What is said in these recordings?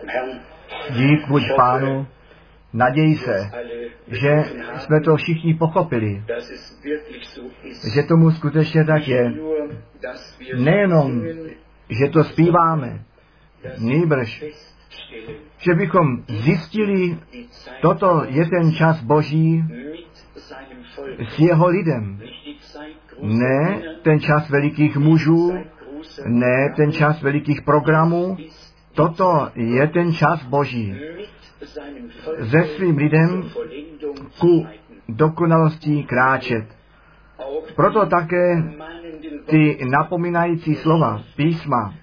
Dík buď Pánu, naději se, že jsme to všichni pochopili, že tomu skutečně tak je. Nejenom, že to zpíváme, nýbrž, že bychom zjistili, toto je ten čas Boží s jeho lidem. Ne ten čas velikých mužů, ne ten čas velikých programů, toto je ten čas Boží. Se svým lidem ku dokonalosti kráčet. Proto také ty napomínající slova písma,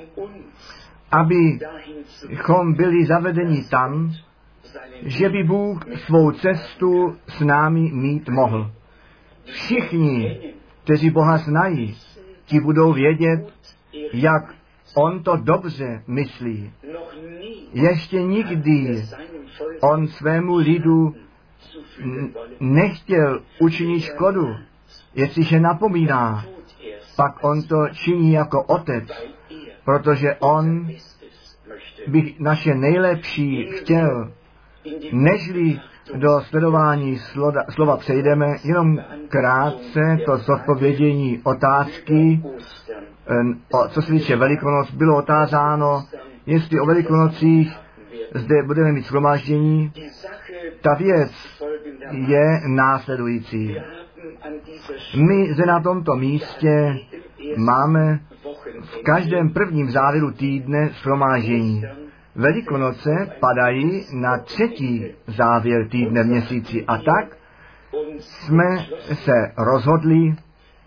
abychom byli zavedeni tam, že by Bůh svou cestu s námi mít mohl. Všichni, kteří Boha znají, ti budou vědět, jak on to dobře myslí. Ještě nikdy on svému lidu nechtěl učinit škodu. Jestliže napomíná, pak on to činí jako otec, protože on by naše nejlepší chtěl. Nežli do sledování slova přejdeme, jenom krátce to zodpovědění otázky, co se týče Velikonoc, bylo otázáno, jestli o Velikonocích zde budeme mít shromáždění. Ta věc je následující. My zde na tomto místě máme v každém prvním závěru týdne shromáždění. Velikonoce padají na 3. závěr týdne v měsíci a tak jsme se rozhodli,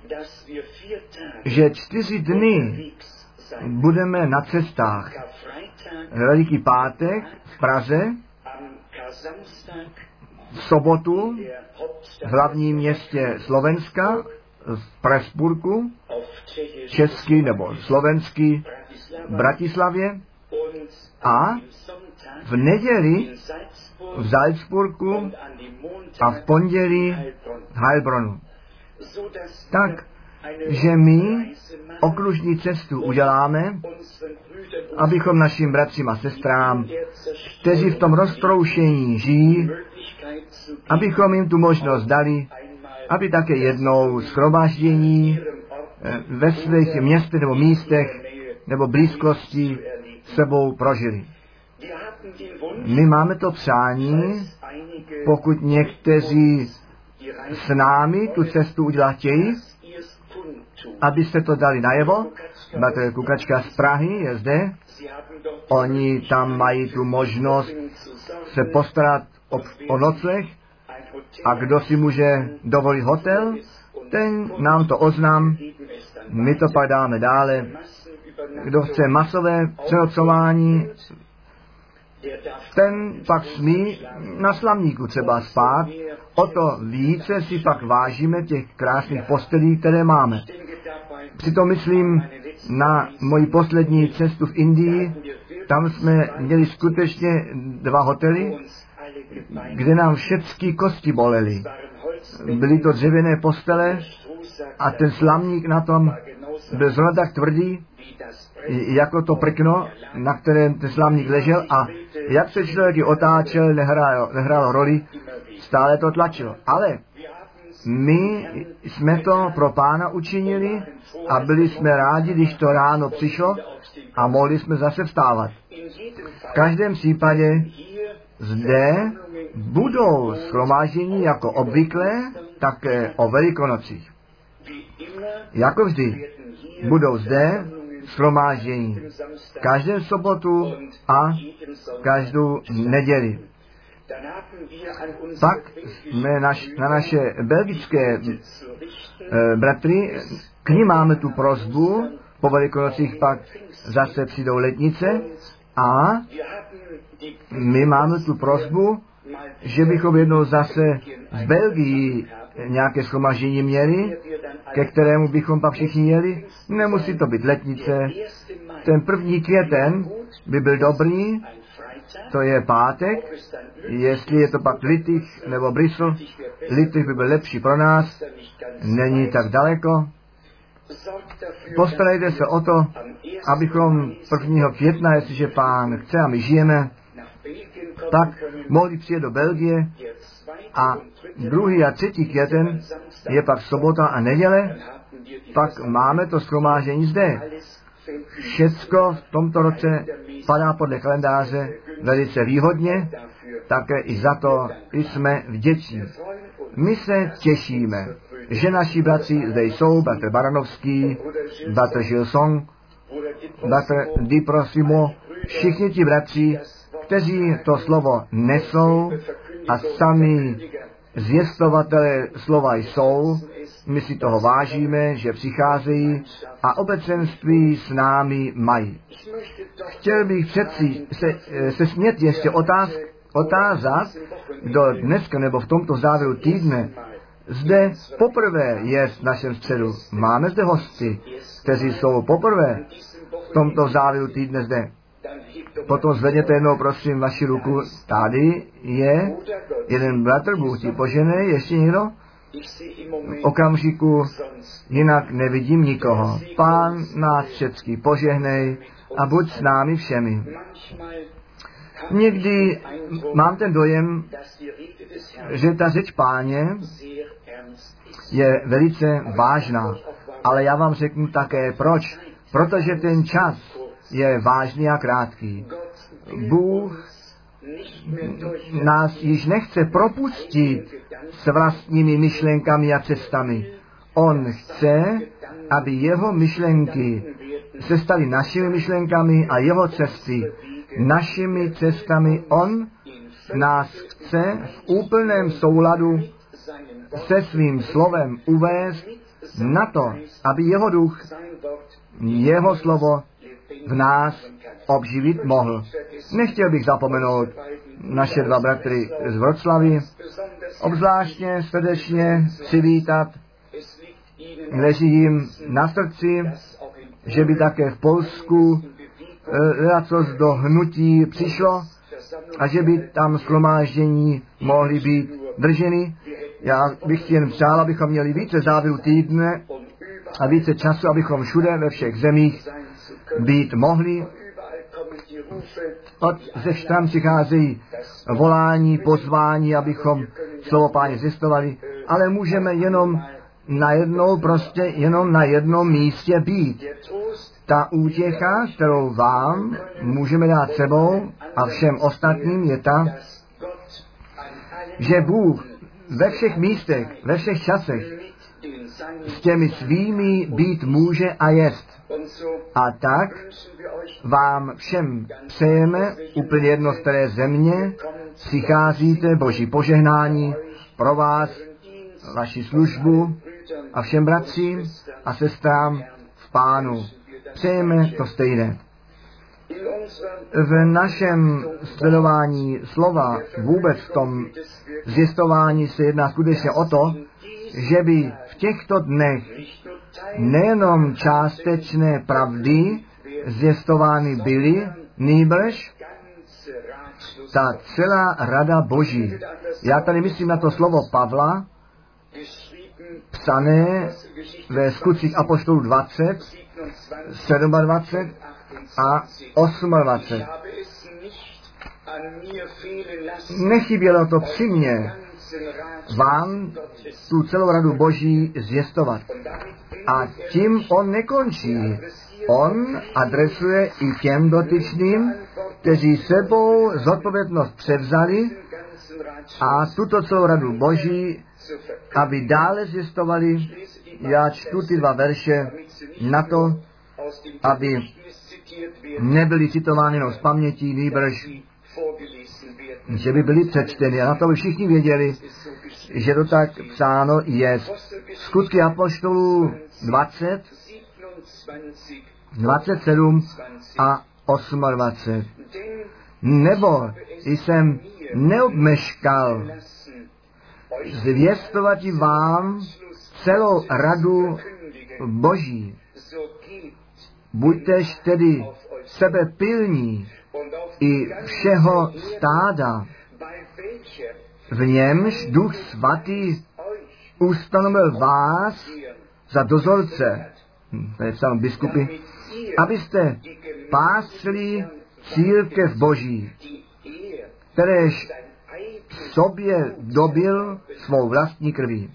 že 4 dny budeme na cestách. Veliký pátek v Praze, v sobotu v hlavním městě Slovenska, v Pressburgu, český nebo slovenský v Bratislavě a v neděli v Salzburgu a v pondělí v Heilbronu. Tak, že my okružní cestu uděláme, abychom našim bratřím a sestrám, kteří v tom roztroušení žijí, abychom jim tu možnost dali, aby také jednou shromáždění ve svých městech nebo místech nebo blízkosti sebou prožili. My máme to přání, pokud někteří s námi tu cestu udělat chtějí, abyste to dali najevo. Máte Kukačka z Prahy, je zde. Oni tam mají tu možnost se postarat o nocleh a kdo si může dovolit hotel, ten nám to oznám, my to pak dáme dále. Kdo chce masové přenocování, ten pak smí na Slamníku třeba spát. O to více si pak vážíme těch krásných postelí, které máme. Přitom myslím na moji poslední cestu v Indii. Tam jsme měli skutečně 2 hotely, kde nám všechny kosti bolely. Byly to dřevěné postele a ten slamník na tom byl zrovna tak tvrdý, jako to prkno, na kterém ten slamník ležel, a jak se člověk i otáčel, nehrálo roli, stále to tlačilo. Ale my jsme to pro Pána učinili a byli jsme rádi, když to ráno přišlo a mohli jsme zase vstávat. V každém případě zde budou shromáždění jako obvykle, také o Velikonocích. Jako vždy budou zde shromáždění každou sobotu a každou neděli. Pak jsme na naše belgické bratry, k nim máme tu prosbu, po Velikonocích pak zase přijdou letnice a my máme tu prosbu, že bychom jednou zase z Belgii nějaké shromaždění měli, ke kterému bychom pak všichni jeli. Nemusí to být letnice. Ten 1. květen by byl dobrý, to je pátek, jestli je to pak Littich nebo Bristol, Littich by byl lepší pro nás, není tak daleko. Postarejte se o to, abychom 1. května, jestliže Pán chce a my žijeme, tak mohli přijet do Belgie a 2. a 3. květen je pak sobota a neděle, pak máme to shromáždění zde. Všecko v tomto roce padá podle kalendáře velice výhodně, také i za to jsme vděční. My se těšíme, že naši bratři zde jsou, bratr Baranovský, bratr Gilson, bratr Di Prosimo, všichni ti bratři, kteří to slovo nesou a sami zvěstovatelé slova jsou, my si toho vážíme, že přicházejí a obecenství s námi mají. Chtěl bych přeci se smět ještě otázat, kdo dneska nebo v tomto závěru týdne zde poprvé je v našem středu. Máme zde hosty, kteří jsou poprvé v tomto závěru týdne zde. Potom zvedněte jednou, prosím, vaši ruku. Tady je jeden bratr, Bůh ti poženej, ještě někdo? V okamžiku jinak nevidím nikoho. Pán nás všecky požehnej a buď s námi všemi. Někdy mám ten dojem, že ta řeč Páně je velice vážná. Ale já vám řeknu také proč. Protože ten čas je vážný a krátký. Bůh nás již nechce propustit s vlastními myšlenkami a cestami. On chce, aby jeho myšlenky se staly našimi myšlenkami a jeho cesty našimi cestami. On nás chce v úplném souladu se svým slovem uvést na to, aby jeho duch, jeho slovo v nás obživit mohl. Nechtěl bych zapomenout naše dva bratry z Vroclavy, obzvláštně srdečně přivítat, leží jim na srdci, že by také v Polsku lecos do hnutí přišlo a že by tam shromáždění mohly být drženy. Já bych jen přál, abychom měli více závěrů týdne a více času, abychom všude ve všech zemích být mohli. Ze stran přicházejí volání, pozvání, abychom slovo Páně zjistovali, ale můžeme jenom jenom na jednom místě být. Ta útěcha, kterou vám můžeme dát sebou a všem ostatním, je ta, že Bůh ve všech místech, ve všech časech s těmi svými být může a jest. A tak vám všem přejeme, úplně jedno z které země přicházíte, Boží požehnání pro vás, vaši službu a všem bratřím a sestrám v Pánu. Přejeme to stejné. V našem sledování slova, vůbec v tom zjistování se jedná skutečně o to, že by v těchto dnech nejenom částečné pravdy zjistovány byly, nýbrž ta celá rada Boží. Já tady myslím na to slovo Pavla, psané ve Skutcích apoštolů 20, 27 a 28. Nechybělo to při mně vám tu celou radu Boží zvěstovat. A tím on nekončí. On adresuje i těm dotyčným, kteří sebou zodpovědnost převzali a tuto celou radu Boží, aby dále zvěstovali. Já čtu ty dva verše na to, aby nebyly citovány jenom z paměti, nýbrž, že by byly přečteny. A na to by všichni věděli, že to tak psáno je. Skutky apoštolů 20, 27 a 28. Nebo jsem neobmeškal zvěstovati vám celou radu Boží. Buďtež tedy sebepilní i všeho stáda, v němž Duch Svatý ustanovil vás za dozorce to je psáno biskupy, abyste pásli církev Boží, kteréž sobě dobil svou vlastní krví.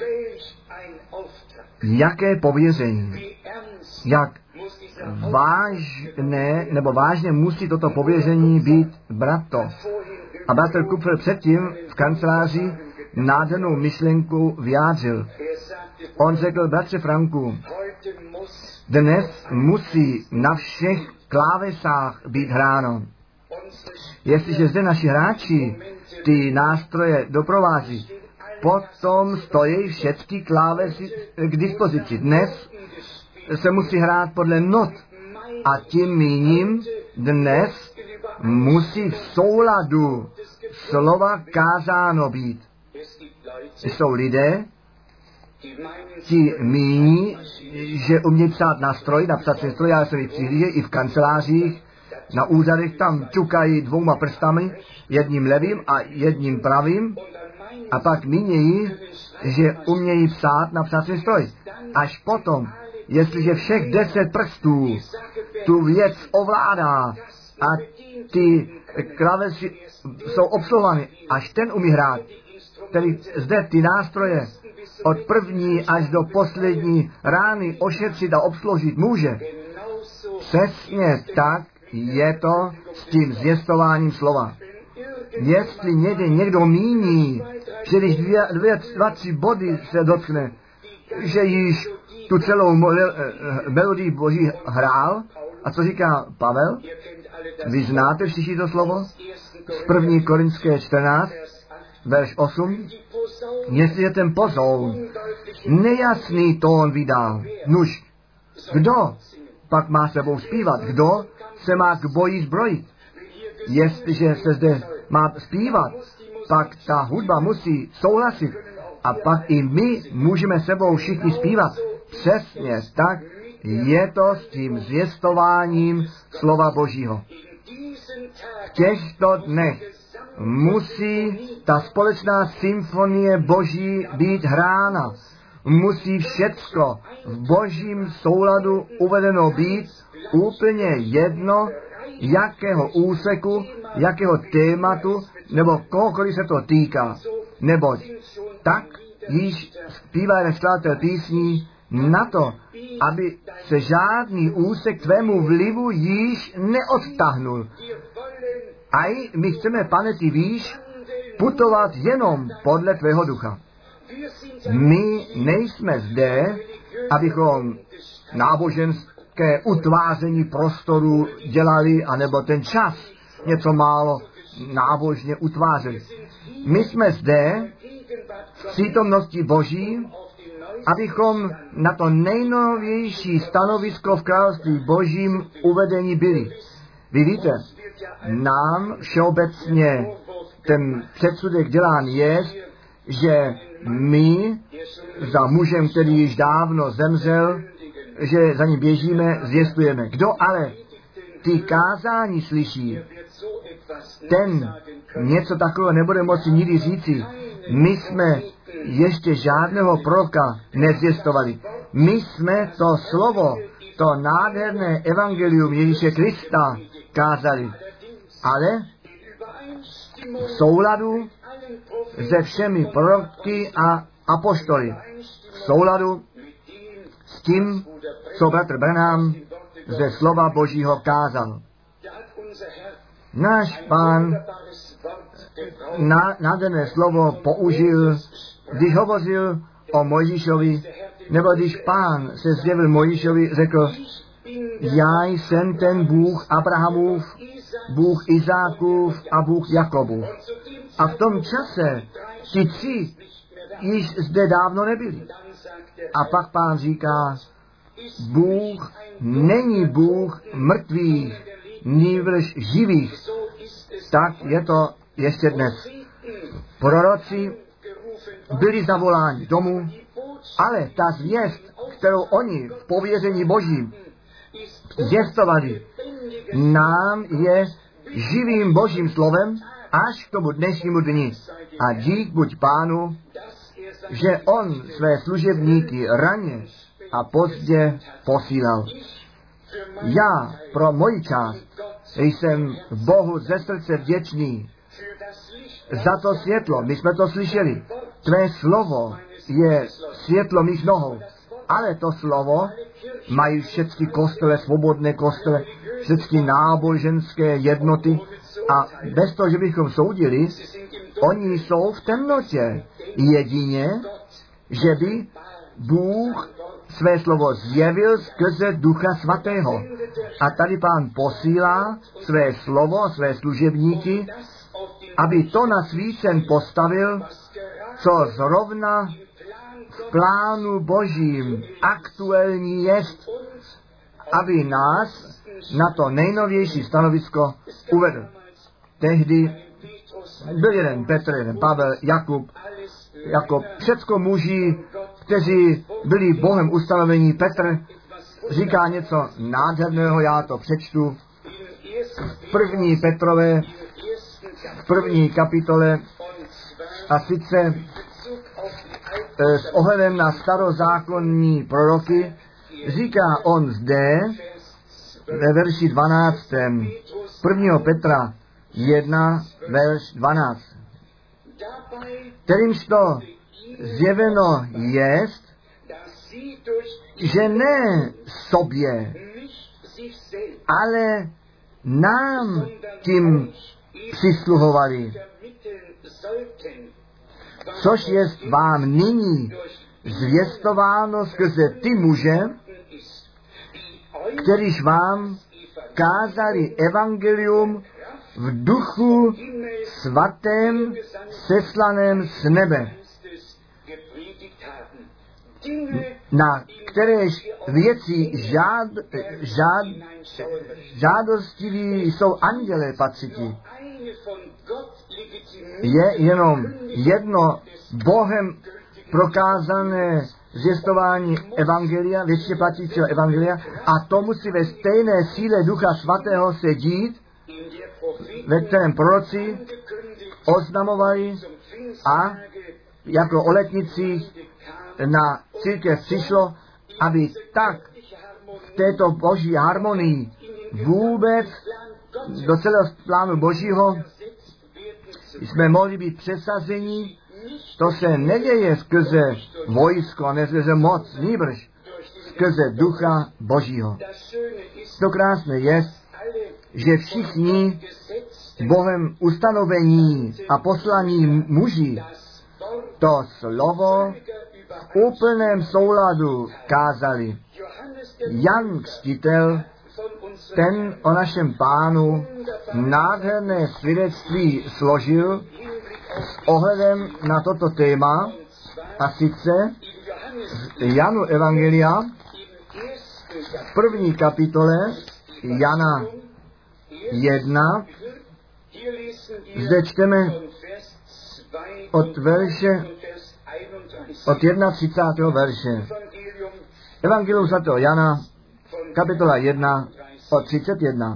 Jaké pověření, jak vážně musí toto pověření být brato. A bratr Kupfer předtím v kanceláři nádhernou myšlenku vyjádřil. On řekl, bratře Franku, dnes musí na všech klávesách být hráno. Jestliže zde naši hráči ty nástroje doprovází, potom stojí všechny klávesy k dispozici. Dnes se musí hrát podle not a tím míním dnes musí v souladu slova kázáno být. Jsou lidé, ti míní, že umějí psát na stroj, na psací stroj, já jsem jich přihlížel i v kancelářích, na úřadech tam ťukají 2 prstami, jedním levým a jedním pravým, a pak mínějí, že umějí psát na psací stroj. Až potom, jestliže všech 10 prstů tu věc ovládá a ty klávesy jsou obsluhovány, až ten umí hrát, tedy zde ty nástroje od první až do poslední rány ošetřit a obsloužit může. Přesně tak je to s tím zvěstováním slova. Jestli někdo míní, že když 2-3 body se dotkne, že již tu celou melodii Boží hrál, a co říká Pavel? Vy znáte všichni to slovo? Z 1. Korinské 14, verš 8. Jestli je ten pozoun nejasný tón vydal, nuž, kdo pak má sebou zpívat? Kdo se má k boji zbrojit? Jestliže se zde má zpívat, pak ta hudba musí souhlasit a pak i my můžeme sebou všichni zpívat. Přesně tak je to s tím zvěstováním slova Božího. V těchto dnech musí ta společná symfonie Boží být hrána. Musí všecko v Božím souladu uvedeno být, úplně jedno, jakého úseku, jakého tématu, nebo kohokoliv se to týká. Neboť tak již zpívá jeden skladatel písní na to, aby se žádný úsek tvému vlivu již neodtahnul. A my chceme, Pane, ty víš, putovat jenom podle tvého ducha. My nejsme zde, abychom náboženské utváření prostoru dělali, anebo ten čas něco málo nábožně utvářeli. My jsme zde v přítomnosti Boží, abychom na to nejnovější stanovisko v království Božím uvedení byli. Vy víte, nám všeobecně ten předsudek dělán je, že my za mužem, který již dávno zemřel, že za ním běžíme, zvěstujeme. Kdo ale ty kázání slyší, ten něco takového nebude moci nikdy říci. My jsme ještě žádného proroka nezvěstovali. My jsme to slovo, to nádherné evangelium Ježíše Krista kázali. Ale v souladu se všemi proroky a apoštoly. V souladu s tím, co bratr Branham ze slova Božího kázal. Náš Pán nádherné slovo použil, když hovořil o Mojžíšovi, nebo když Pán se zjevil Mojžíšovi, řekl, já jsem ten Bůh Abrahamův, Bůh Izákův a Bůh Jakobův. A v tom čase ti 3 již zde dávno nebyli. A pak Pán říká, Bůh není Bůh mrtvých, nýbrž živých. Tak je to ještě dnes. Proroci byli zavoláni domů, ale ta zvěst, kterou oni v pověření Božím zvěstovali, nám je živým Božím slovem až k tomu dnešnímu dni. A dík buď Pánu, že on své služebníky raně a pozdě posílal. Já pro moji část jsem Bohu ze srdce vděčný za to světlo. My jsme to slyšeli. Tvé slovo je světlo mých nohou. Ale to slovo mají všechny kostele, svobodné kostele, všechny náboženské jednoty a bez toho, že bychom soudili, oni jsou v temnotě. Jedině, že by Bůh své slovo zjevil skrze Ducha Svatého. A tady Pán posílá své slovo, své služebníky, aby to na svícen postavil, co zrovna v plánu Božím aktuální jest, aby nás na to nejnovější stanovisko uvedl. Tehdy byl jeden Petr, jeden Pavel, Jakub, všecko muži, kteří byli Bohem ustanovení. Petr říká něco nádherného, já to přečtu. V 1. Petrové, v 1. kapitole, a sice s ohledem na starozákonní proroky, říká on zde ve verši 12. 1. Petra 1, verš 12. Kterýmž to zjeveno jest, že ne sobě, ale nám tím přisluhovali, což jest vám nyní zvěstováno skrze ty muže, kterýž vám kázali evangelium v duchu svatém seslaném z nebe, na kteréž věci žádostiví jsou andělé patřiti. Je jenom jedno Bohem prokázané zvěstování evangelia, věčně platícího evangelia, a to musí ve stejné síle Ducha Svatého se dít, ve kterém proroci oznamovali a jako o letnicích na církev přišlo, aby tak v této boží harmonii vůbec do celého plánu božího jsme mohli být přesazeni. To se neděje skrze vojsko, ne skrze moc, nýbrž skrze Ducha Božího. To krásné je, že všichni Bohem ustanovení a poslaní muži to slovo v úplném souladu kázali. Jan Křtitel, ten o našem Pánu nádherné svědectví složil s ohledem na toto téma, a sice Janu Evangelia v 1. kapitole Jana 1. Zde čteme od verše, od 31. verše. Evangelium svatého Jana, kapitola 1, od 31.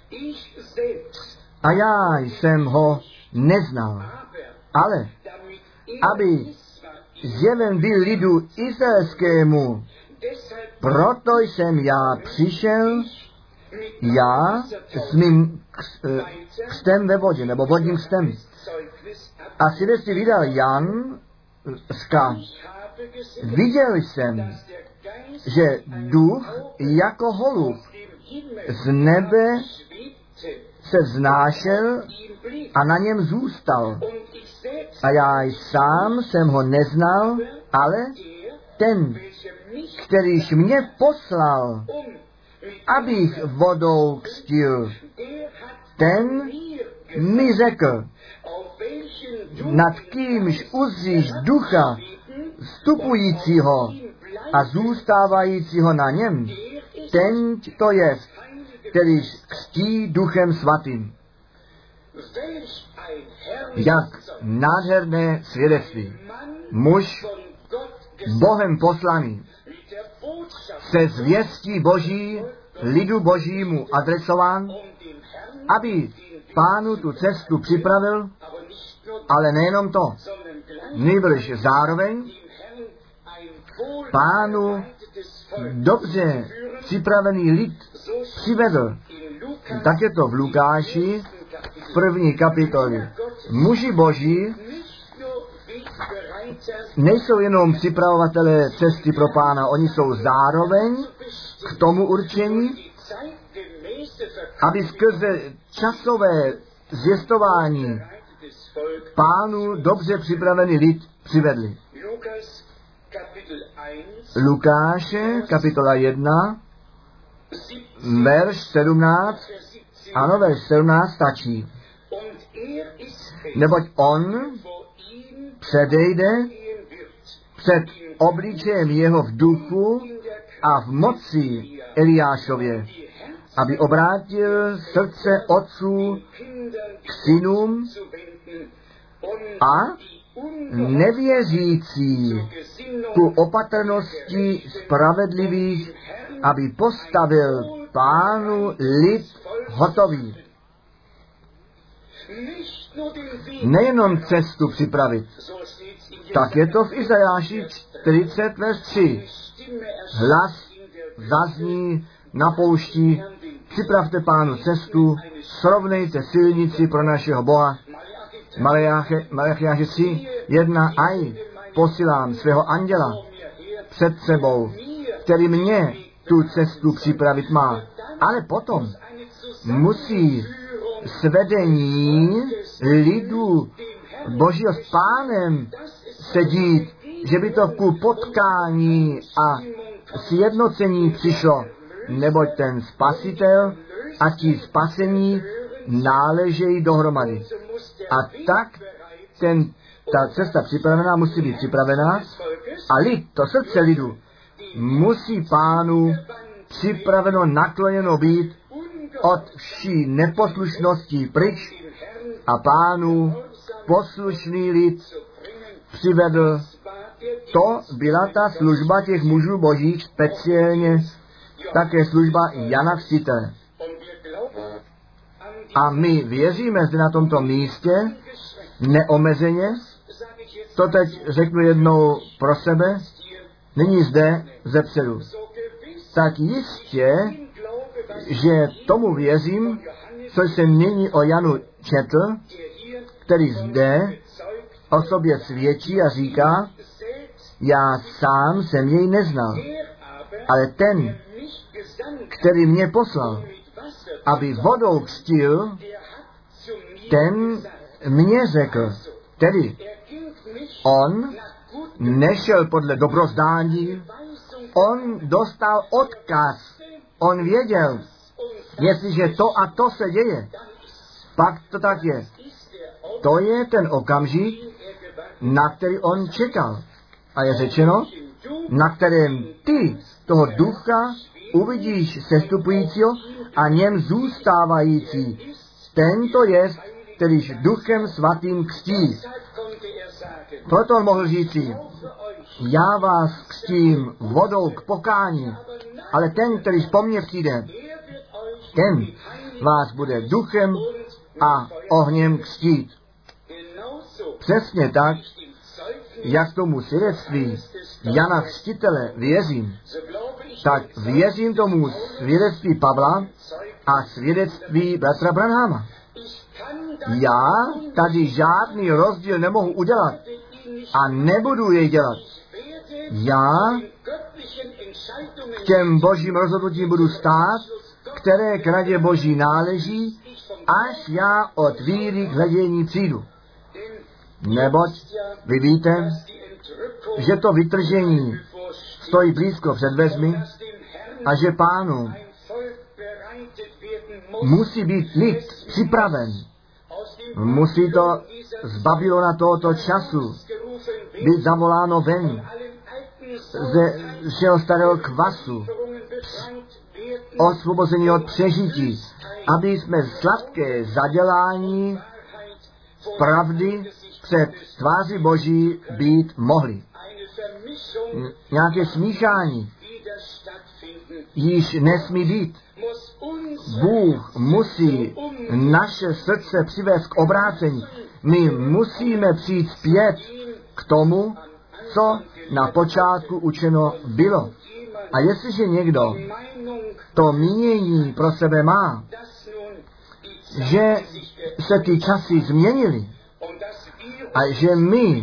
A já jsem ho neznal, ale aby zjeven byl lidu izraelskému, proto jsem já přišel, já s mým křtem ve vodě, nebo vodním křtem. A svědectví vydal Jan, viděl jsem, že duch jako holub z nebe se vznášel a na něm zůstal. A já sám jsem ho neznal, ale ten, kterýž mě poslal, abych vodou křtil, ten mi řekl, nad kýmž uzříš ducha vstupujícího a zůstávajícího na něm, ten to jest, kterýž křtí Duchem Svatým. Jak nádherné svědectví. Muž Bohem poslaný se zvěstí Boží, lidu Božímu adresován, aby Pánu tu cestu připravil, ale nejenom to, nýbrž zároveň Pánu dobře připravený lid přivedl. Tak je to v Lukáši v 1. kapitole. Muži boží nejsou jenom připravovatelé cesty pro Pána, oni jsou zároveň k tomu určení, aby skrze časové zvěstování Pánu dobře připravený lid přivedli. Lukáše, kapitola 1, verš 17, ano, verš 17 stačí. Neboť on předejde před obličejem jeho v duchu a v moci Eliášově, aby obrátil srdce otců k synům a nevěřící ku opatrnosti spravedlivých, aby postavil Pánu lid hotový. Nejenom cestu připravit. Tak je to v Izajáši 40, verš 3. Hlas zazní na poušti, připravte Pánu cestu, srovnejte silnici pro našeho Boha. Malachiáši 3, 1, aj posílám svého anděla před sebou, který mě tu cestu připravit má. Ale potom musí svedení lidu Božího s Pánem se dít, že by to ku potkání a sjednocení přišlo, neboť ten spasitel a ti spasení náležejí dohromady. A tak ta cesta připravená musí být připravená a lid, to srdce lidu, musí Pánu připraveno nakloněno být od vší neposlušnosti pryč a Pánu poslušný lid přivedl. To byla ta služba těch mužů božích, speciálně také služba Jana Křtitele. A my věříme zde na tomto místě neomezeně, to teď řeknu jednou pro sebe, nyní zde zepředu. Tak jistě, že tomu věřím, co jsem nyní o Janu četl, který zde o sobě svědčí a říká, já sám jsem jej neznal, ale ten, který mě poslal, aby vodou křtil, ten mě řekl, tedy on nešel podle dobrozdání, on dostal odkaz, on věděl, jestliže to a to se děje, pak to tak je. To je ten okamžik, na který on čekal. A je řečeno, na kterém ty toho ducha uvidíš sestupujícího a něm zůstávající. Tento je, kterýž duchem svatým křtí. Proto on mohl říci, já vás křtím vodou k pokání, ale ten, kterýž po mně přijde, ten vás bude duchem a ohněm křtít. Přesně tak, jak tomu svědectví Jana Křtitele věřím, tak věřím tomu svědectví Pavla a svědectví bratra Branhama. Já tady žádný rozdíl nemohu udělat a nebudu jej dělat. Já k těm božím rozhodnutím budu stát, které k radě boží náleží, až já od víry k hledění přijdu. Neboť vy víte, že to vytržení stojí blízko před dveřmi a že Pánu musí být lid připraven. Musí to z Babylona tohoto času být zavoláno ven ze všeho starého kvasu, osvobození od přežití, aby jsme sladké zadělání pravdy před tváří Boží být mohli. Nějaké smíchání již nesmí být. Bůh musí naše srdce přivést k obrácení. My musíme přijít zpět k tomu, co na počátku učeno bylo. A jestliže někdo to mínění pro sebe má, že se ty časy změnily a že my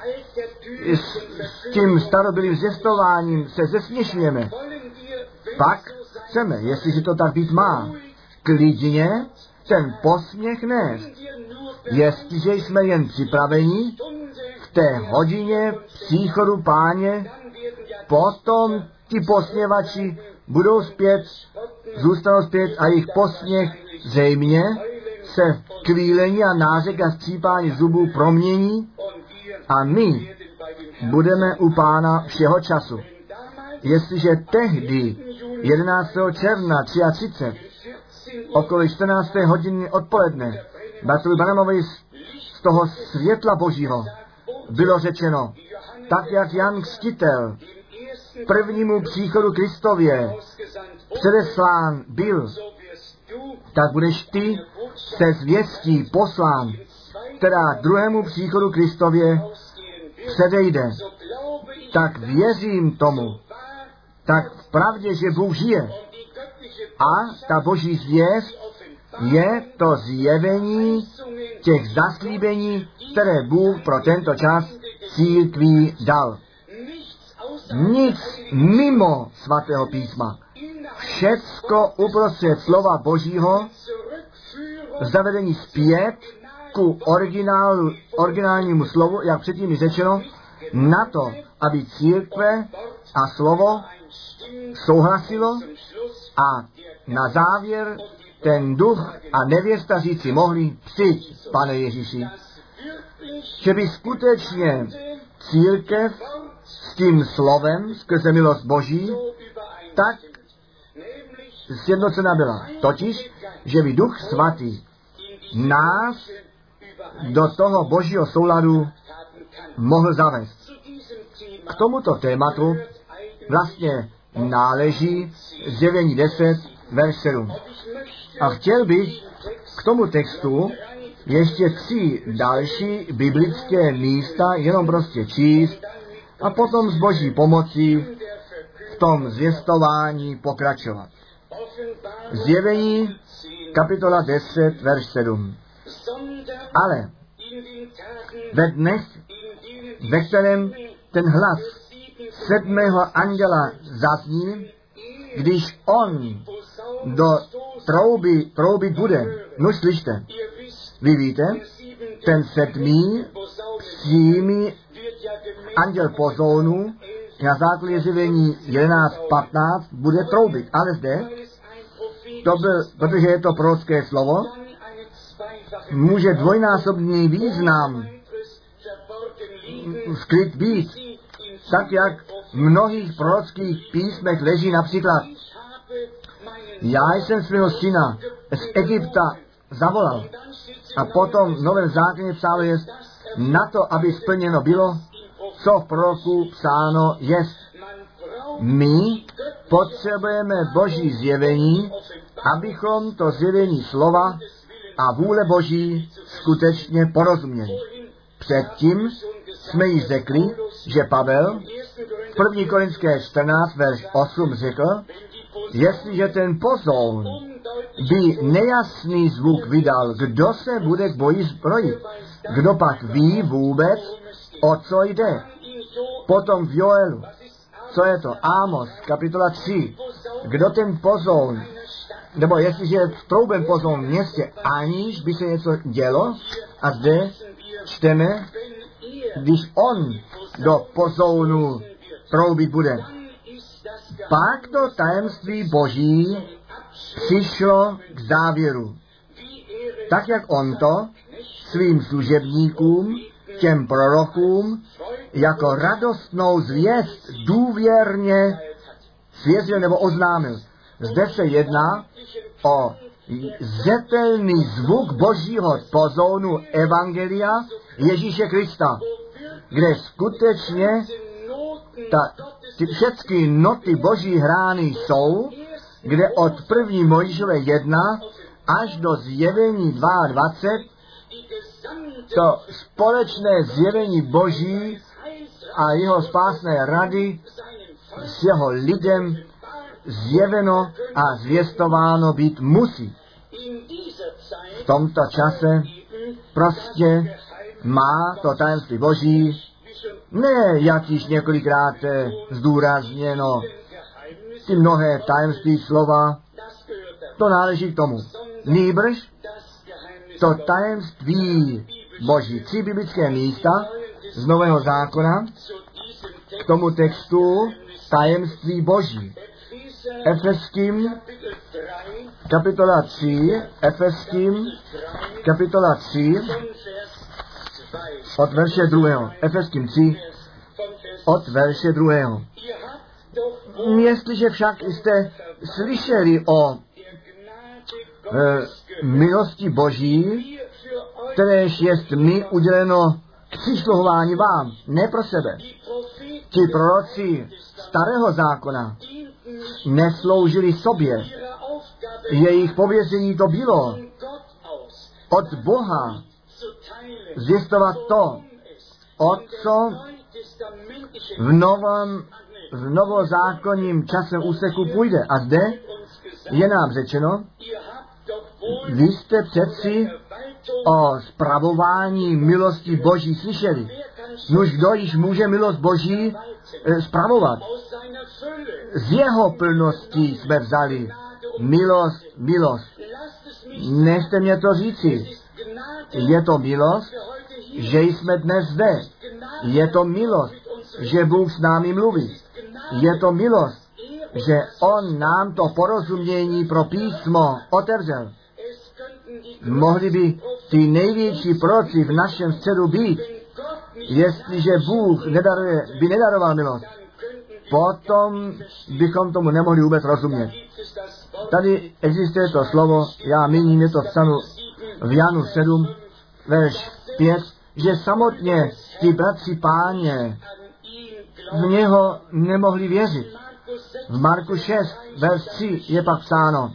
s tím starobylým zjistováním se zesměšňujeme, pak chceme, jestliže to tak být má, klidně ten posměch nést. Jestliže jsme jen připraveni v té hodině příchodu Páně, potom ti posměvači budou zpět, zůstanou zpět a jejich posměch zřejmě se v kvílení a nářek a skřípání zubů promění a my budeme u Pána všeho času. Jestliže tehdy 11. června 33 okolo 14. hodiny odpoledne Bartolu Branhamovi z toho světla Božího bylo řečeno, tak jak Jan Křtitel prvnímu příchodu Kristově předeslán byl, tak budeš ty se zvěstí poslán, která druhému příchodu Kristově předejde. Tak věřím tomu, tak v pravdě, že Bůh žije. A ta Boží zvěst je to zjevení těch zaslíbení, které Bůh pro tento čas církví dal. Nic mimo svatého písma. Všecko uprostřed slova Božího, zavedení zpět ku originálnímu slovu, jak předtím řečeno, na to, aby církve a slovo souhlasilo a na závěr ten duch a nevěsta říci mohli, přijď, Pane Ježíši. Že by skutečně církev s tím slovem skrze milost Boží tak sjednocena byla. Totiž, že by Duch Svatý nás do toho Božího souladu mohl zavést. K tomuto tématu vlastně náleží Zjevení 10, verš 7. A chtěl bych k tomu textu ještě 3 další biblické místa jenom prostě číst a potom s Boží pomocí v tom zvěstování pokračovat. Zjevení, kapitola 10, verš 7. Ale ve dnech, ve kterém ten hlas 7. anděla zazní, když on do troubit bude. No slyšte, vy víte, ten 7. přímý anděl pozónu na základě Zjevení 11.15 bude troubit. Ale zde, to byl, protože je to prorocké slovo, může dvojnásobný význam skryt být, tak jak v mnohých prorockých písmech leží například: já jsem svého syna z Egypta zavolal. A potom v Novém zákoně psáno jest, na to, aby splněno bylo, co v proroku psáno jest. My potřebujeme Boží zjevení, abychom to zjevení slova a vůle Boží skutečně porozuměli. Předtím jsme již řekli, že Pavel v 1. Korinské 14, verš 8 řekl, jestliže ten pozoun by nejasný zvuk vydal, kdo se bude k boji zbrojit? Kdo pak ví vůbec, o co jde? Potom v Joelu, co je to? Amos, kapitola 3. Kdo ten pozoun, nebo jestliže je v trouben pozoun v městě, aniž by se něco dělo, a zde čteme, když on do pozounu troubit bude. Pak to tajemství Boží přišlo k závěru. Tak jak on to svým služebníkům, těm prorokům, jako radostnou zvěst důvěrně svěřil nebo oznámil. Zde se jedná o zřetelný zvuk Božího pozounu Evangelia Ježíše Krista, kde skutečně ty všechny noty Boží hrány jsou, kde od 1. Mojžíšové 1 až do Zjevení 22 to společné zjevení Boží a jeho spásné rady s jeho lidem zjeveno a zvěstováno být musí. V tomto čase prostě má to tajemství Boží, ne jak již několikrát zdůrazněno, ty mnohé tajemství slova, to náleží k tomu. Nýbrž to tajemství Boží. 3 biblické místa z Nového zákona k tomu textu tajemství Boží. Efeským kapitola 3, Efeským kapitola 3 od verše 2. Efeským 3 od verše 2. Jestliže však jste slyšeli o milosti Boží, kteréž jest mi uděleno k přisluhování vám, ne pro sebe. Ti proroci starého zákona nesloužili sobě. Jejich pověření to bylo od Boha zjistovat to, o co v novozákonním časem úseku půjde. A zde je nám řečeno, vy jste přeci o spravování milosti Boží slyšeli. Nuž kdo již může milost Boží spravovat? Z jeho plnosti jsme vzali milost, milost. Nechte mě to říci. Je to milost, že jsme dnes zde. Je to milost, že Bůh s námi mluví. Je to milost, že On nám to porozumění pro písmo otevřel. Mohli by ty největší proroci v našem středu být, jestliže Bůh by nedaroval milost. Potom bychom tomu nemohli vůbec rozumět. Tady existuje to slovo, já míním, je to psáno v Janu 7, verš 5, že samotně ty bratři Páně v něho nemohli věřit. V Marku 6, verš 3 je pak psáno,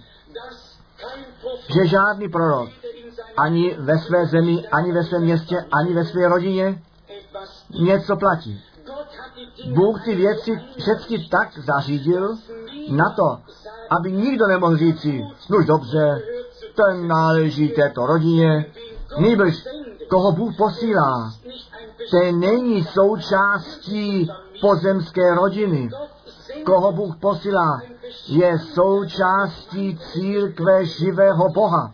že žádný prorok ani ve své zemi, ani ve svém městě, ani ve své rodině něco platí. Bůh ty věci všechny tak zařídil na to, aby nikdo nemohl říci, no dobře, ten náleží této rodině, nýbrž koho Bůh posílá, ten není součástí pozemské rodiny. Koho Bůh posílá, je součástí církve živého Boha.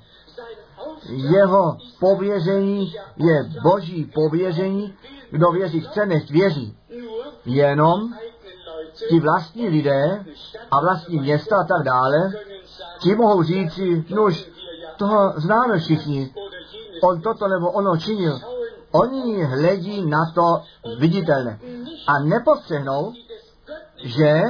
Jeho pověření je Boží pověření, kdo věří chce, nech věří. Jenom ti vlastní lidé a vlastní města a tak dále, ti mohou říci, nuž, toho známe všichni, on toto nebo ono činil. Oni hledí na to viditelné a nepostřehnou, že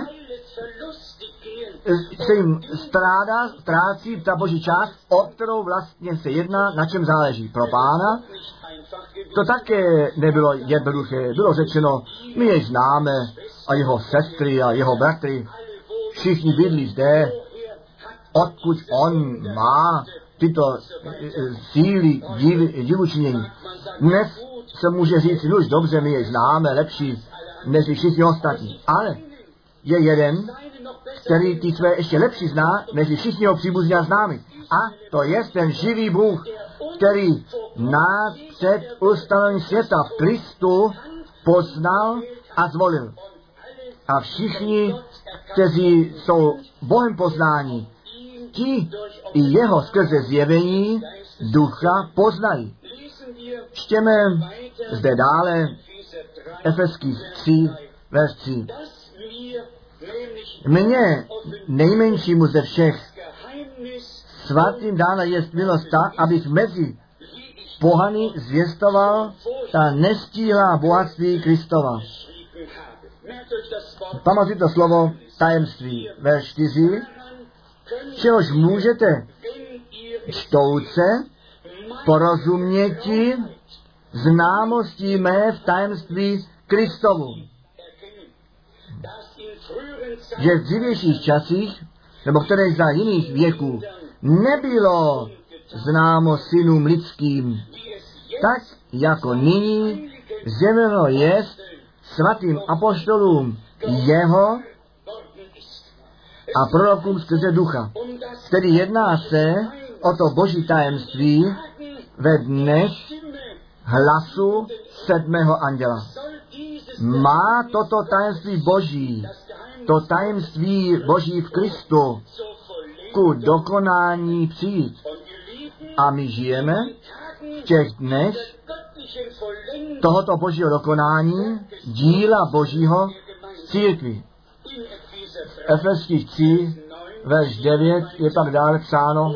se jim ztrácí ta Boží část, o kterou vlastně se jedná, na čem záleží. Pro Pána to také nebylo jednoduché. Bylo řečeno, my jej známe a jeho sestry a jeho bratry, všichni bydlí zde, odkud on má tyto síly divučinění. Dnes se může říct, no už dobře, my jej známe lepší než všichni ostatní. Ale je jeden, který ty své ještě lepší zná, než všichni ho příbuzní a známí. A to je ten živý Bůh, který nás před ustanovením světa v Kristu poznal a zvolil. A všichni, kteří jsou Bohem poznáni, ti i jeho skrze zjevení ducha poznají. Čtěme zde dále Efeských 3, verš 3. Mně, nejmenšímu ze všech, svatým dána jest milost ta, abych mezi pohany zvěstoval ta nestíhlá bohatství Kristova. Pamatujte to slovo tajemství, verš 4, čehož můžete čtouce porozuměti známostí mé v tajemství Kristovu. Že v dřívějších časích, nebo které za jiných věků, nebylo známo synům lidským, tak jako nyní zjeveno jest svatým apoštolům jeho a prorokům skrze ducha. Tedy jedná se o to boží tajemství ve dnech hlasu 7. anděla. Má toto tajemství boží, to tajemství boží v Kristu ku dokonání přijít. A my žijeme v těch dnech tohoto božího dokonání, díla božího církvi. V Efeských 3, verš 9 je pak dále psáno: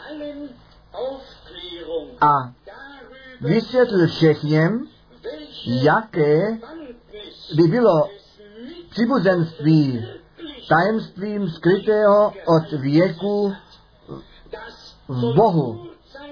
a vysvětlil všechněm, jaké by bylo příbuzenství tajemstvím skrytého od věku v Bohu,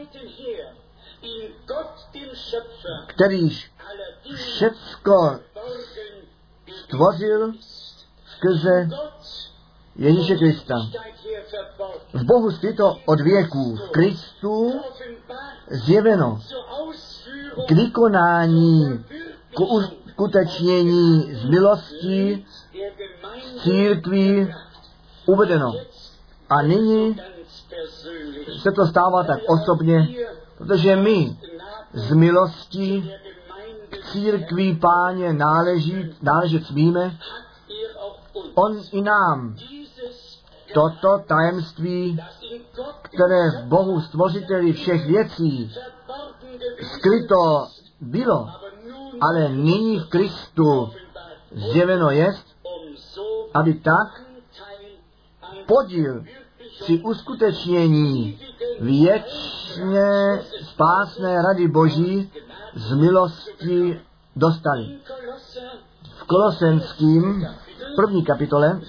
kterýž všecko stvořil skrze Ježíše Krista. V Bohu skryto od věků, v Kristu zjeveno k vykonání, k uskutečnění z milosti z církví uvedeno. A nyní se to stává tak osobně, protože my z milosti k církví Páně náležet smíme. On i nám toto tajemství, které v Bohu stvořiteli všech věcí skryto bylo, ale nyní v Kristu zjeveno jest, aby tak podíl při uskutečnění věčně spásné rady Boží z milosti dostali. V Kolosenským 1. kapitole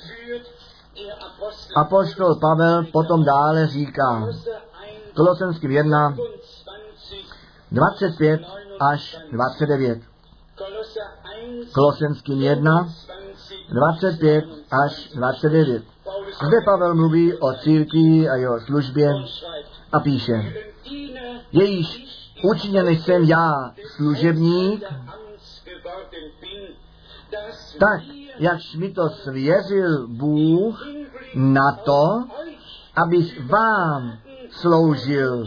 apoštol Pavel potom dále říká, Kolosenským 1, 25 až 29. Kolosenským 1, 25 až 29. Zde Pavel mluví o církvi a jeho službě a píše: jejíž učiněný jsem já služebník, tak, jakž mi to svěřil Bůh na to, abych vám sloužil.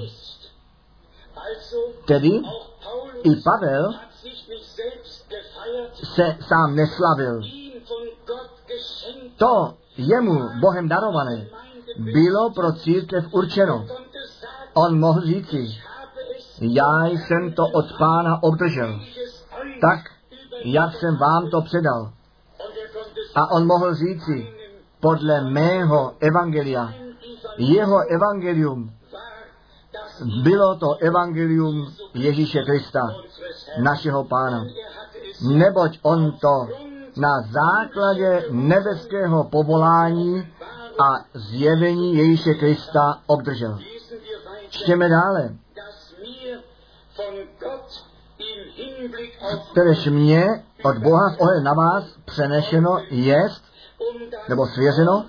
Tedy i Pavel se sám neslavil. To jemu Bohem darované bylo pro církev určeno. On mohl říci: já jsem to od Pána obdržel, tak, jak jsem vám to předal. A on mohl říci: podle mého evangelia. Jeho evangelium bylo to evangelium Ježíše Krista, našeho Pána. Neboť on to na základě nebeského povolání a zjevení Ježíše Krista obdržel. Čtěme dále. Kteréž mě od Boha s ohledem na vás přenešeno jest, nebo svěřeno,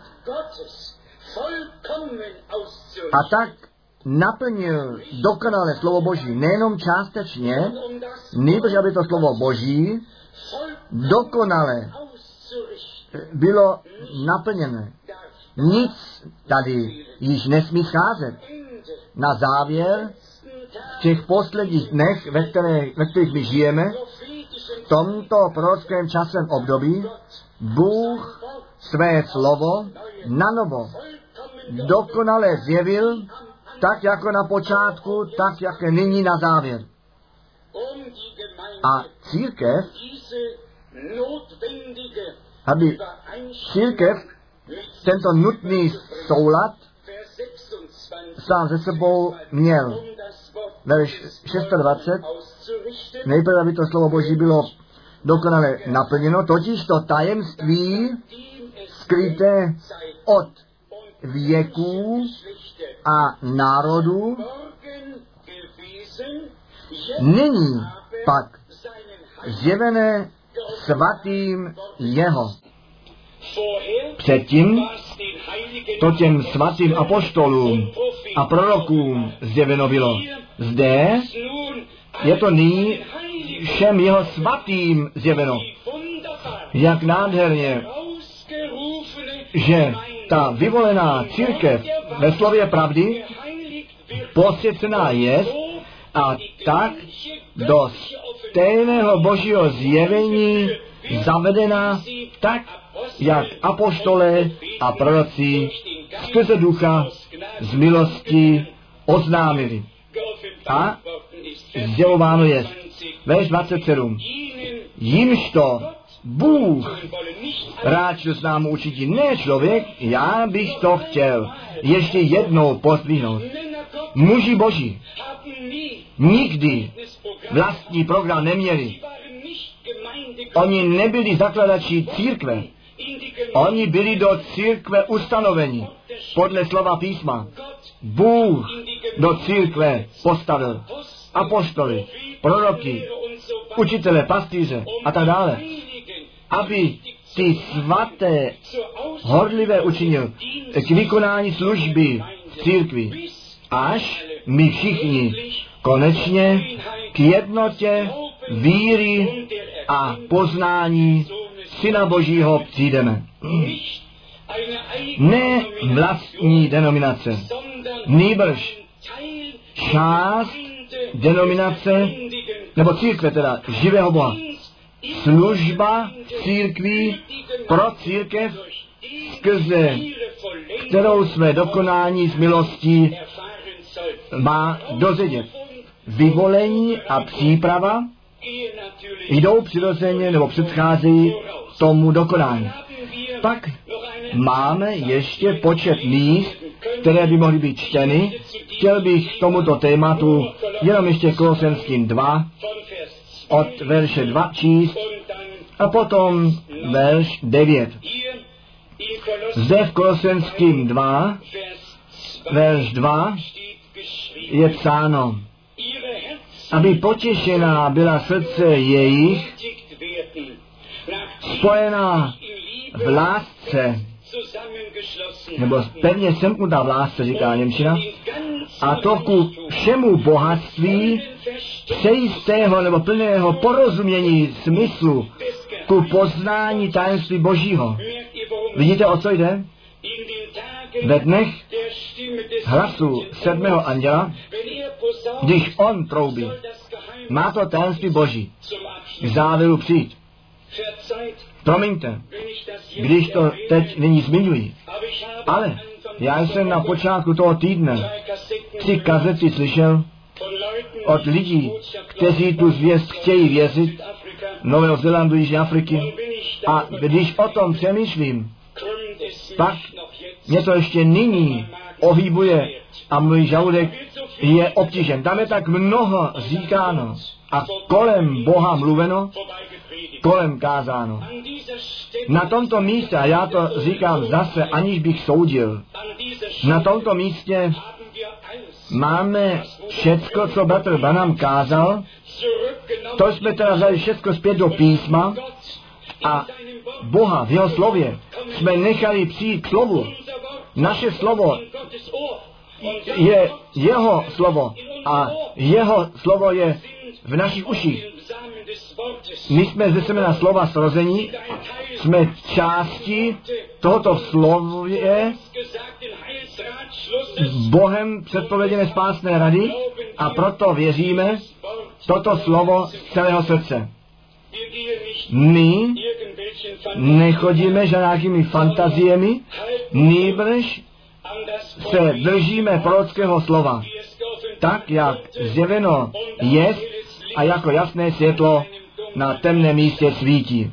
a tak naplnil dokonale slovo Boží, nejenom částečně, nýbrž aby to slovo Boží dokonale bylo naplněné. Nic tady již nesmí scházet. Na závěr v těch posledních dnech, ve kterých my žijeme, v tomto prorockém časem období, Bůh své slovo nanovo dokonale zjevil, tak jako na počátku, tak jak nyní na závěr. A církev, aby církev tento nutný soulad sám ze sebou měl. Verš 26, nejprve, aby to slovo Boží bylo dokonale naplněno, totiž to tajemství skryté od věků a národů, nyní pak zjevené svatým jeho. Předtím to těm svatým apoštolům a prorokům zjeveno bylo. Zde je to nyní všem jeho svatým zjeveno. Jak nádherně, že ta vyvolená církev ve slově pravdy posvěcená je a tak do stejného božího zjevení zavedena, tak jak apoštolé a proroci skrze ducha z milosti oznámili. A sdělováno je, verš 27, jimž to Bůh rád znám určitě, ne člověk, já bych to chtěl ještě jednou pozdvihnout. Muži boží nikdy vlastní program neměli. Oni nebyli zakladači církve. Oni byli do církve ustanoveni podle slova písma. Bůh do církve postavil apoštoly, proroky, učitele, pastýře a tak dále, aby ty svaté horlivé učinil k vykonání služby v církvi, až my všichni konečně k jednotě víry a poznání Syna Božího přijdeme. Ne vlastní denominace, nýbrž část denominace, nebo církve teda, živého Boha. Služba církví pro církev, skrze kterou jsme dokonání z milostí má dozvědět. Vyvolení a příprava jdou přirozeně nebo předcházejí tomu dokonání. Pak máme ještě počet míst, které by mohly být čteny. Chtěl bych k tomuto tématu jenom ještě Kolosenským 2 od verše 2 číst a potom verš 9. Zde v Kolosenským 2, verš 2 je psáno, aby potěšená byla srdce jejich, spojená v lásce, nebo pevně semknutá v lásce, říká němčina, a to ku všemu bohatství přejistého nebo plného porozumění smyslu, ku poznání tajemství Božího. Vidíte, o co jde? Ve dnech hlasu 7. anděla, když on troubí, má to tajemství Boží k závěru přijít. Promiňte, když to teď nyní zmiňuji, ale já jsem na počátku toho týdne 3 kazety slyšel od lidí, kteří tu zvěst chtějí věřit, Nového Zélandu, Jižní Afriky, a když o tom přemýšlím, pak mě to ještě nyní ohýbuje a můj žaludek je obtížen. Tam je tak mnoho říkáno a kolem Boha mluveno, kolem kázáno. Na tomto místě, a já to říkám zase, aniž bych soudil, na tomto místě máme všecko, co bratr Branham kázal, to jsme teda vzali všecko zpět do písma a Boha v jeho slově jsme nechali přijít k slovu. Naše slovo je jeho slovo a jeho slovo je v našich uších. My jsme ze semena slova zrození, jsme části tohoto slově Bohem předpověděné spásné rady a proto věříme toto slovo z celého srdce. My nechodíme žádnými fantaziemi, nýbrž se držíme prorockého slova, tak jak zjeveno je a jako jasné světlo na temném místě svítí.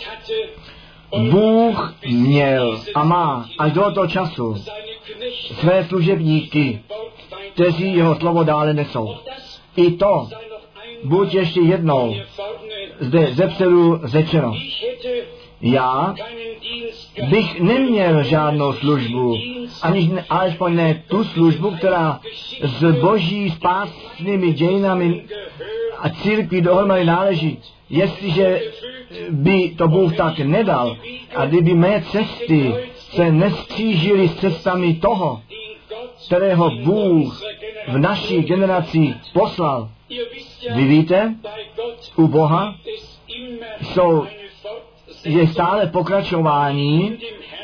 Bůh měl a má až do toho času své služebníky, kteří jeho slovo dále nesou. I to buď ještě jednou zde zepředu řečeno. Já bych neměl žádnou službu, aniž alespoň ne tu službu, která s boží spásnými dějinami a církví dohromady náleží. Jestliže by to Bůh tak nedal a kdyby mé cesty se neskřížily s cestami toho, kterého Bůh v naší generaci poslal. Vy víte, u Boha je stále pokračování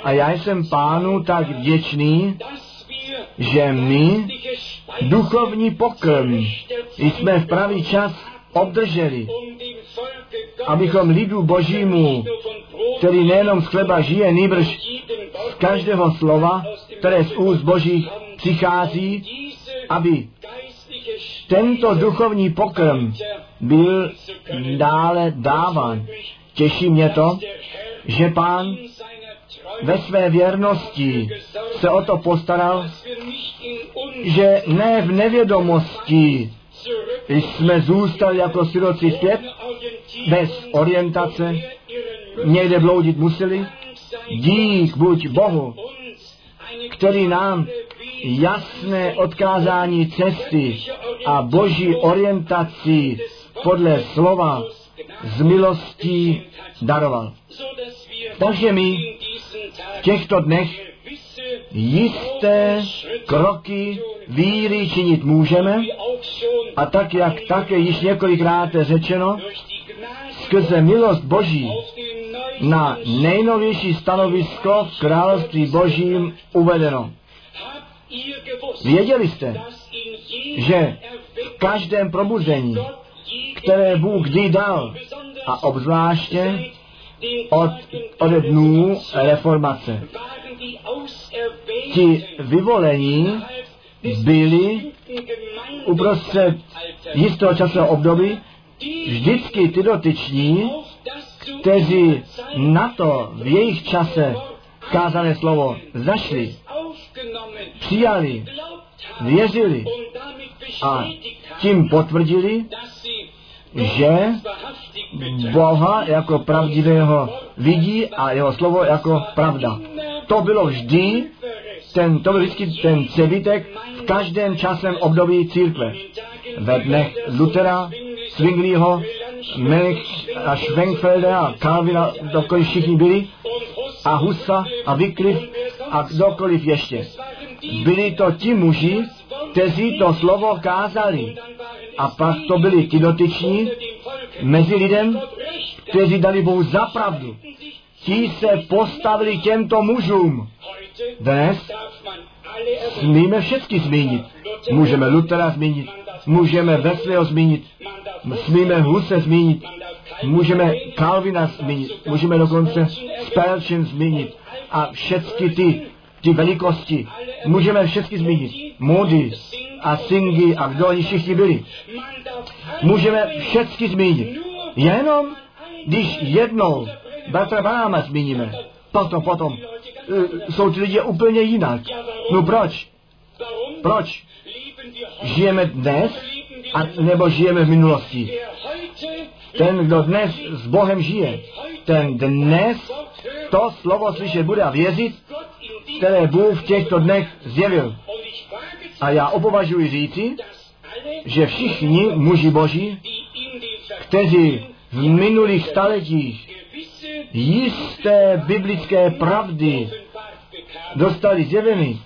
A já jsem Pánu tak vděčný, že my duchovní pokrm jsme v pravý čas obdrželi, abychom lidu Božímu, který nejenom z chleba žije, nýbrž z každého slova, které z úst Božích přichází, aby tento duchovní pokrm byl dále dáván. Těší mě to, že Pán ve své věrnosti se o to postaral, že ne v nevědomosti jsme zůstali jako siroci zpět, bez orientace, někde bloudit museli. Dík buď Bohu, který nám jasné odkázání cesty a Boží orientaci podle slova z milostí daroval. Takže my v těchto dnech jisté kroky víry činit můžeme a tak, jak také již několikrát řečeno, skrze milost Boží na nejnovější stanovisko v království Božím uvedeno. Věděli jste, že v každém probuzení, které Bůh kdy dal, a obzvláště ode dnů reformace, ti vyvolení byli uprostřed jistého časového období vždycky ty dotyční, kteří na to v jejich čase kázané slovo zašli, přijali, věřili a tím potvrdili, že Boha jako pravdivého vidí a jeho slovo jako pravda. To bylo vždy ten přebytek v každém časem období církve. Ve dnech Luthera, Zwingliho, Melch a Schwenkfelda a Calvina, dokoliv všichni byli, a Husa a Wycliffe a kdokoliv ještě. Byli to ti muži, kteří to slovo kázali. A pak to byli ti dotyční mezi lidem, kteří dali Bohu za pravdu. Ti se postavili těmto mužům. Dnes smíme všechny zmínit. Můžeme Luthera zmínit, můžeme Wesleyho zmínit, smíme Huse zmínit, můžeme Calvina zmínit, můžeme dokonce Spurgeon zmínit a všechny ty velikosti. Můžeme všechny zmínit. Moody a Singy a kdo oni všichni byli. Můžeme všechny zmínit. Jenom, když jednou bratra Branhama zmíníme, potom jsou ti lidé úplně jinak. No proč? Proč? Žijeme dnes, nebo žijeme v minulosti? Ten, kdo dnes s Bohem žije, ten dnes to slovo slyšet bude a věřit, které Bůh v těchto dnech zjevil. A já opovažuji říci, že všichni muži Boží, kteří v minulých staletích jisté biblické pravdy dostali zjeveny,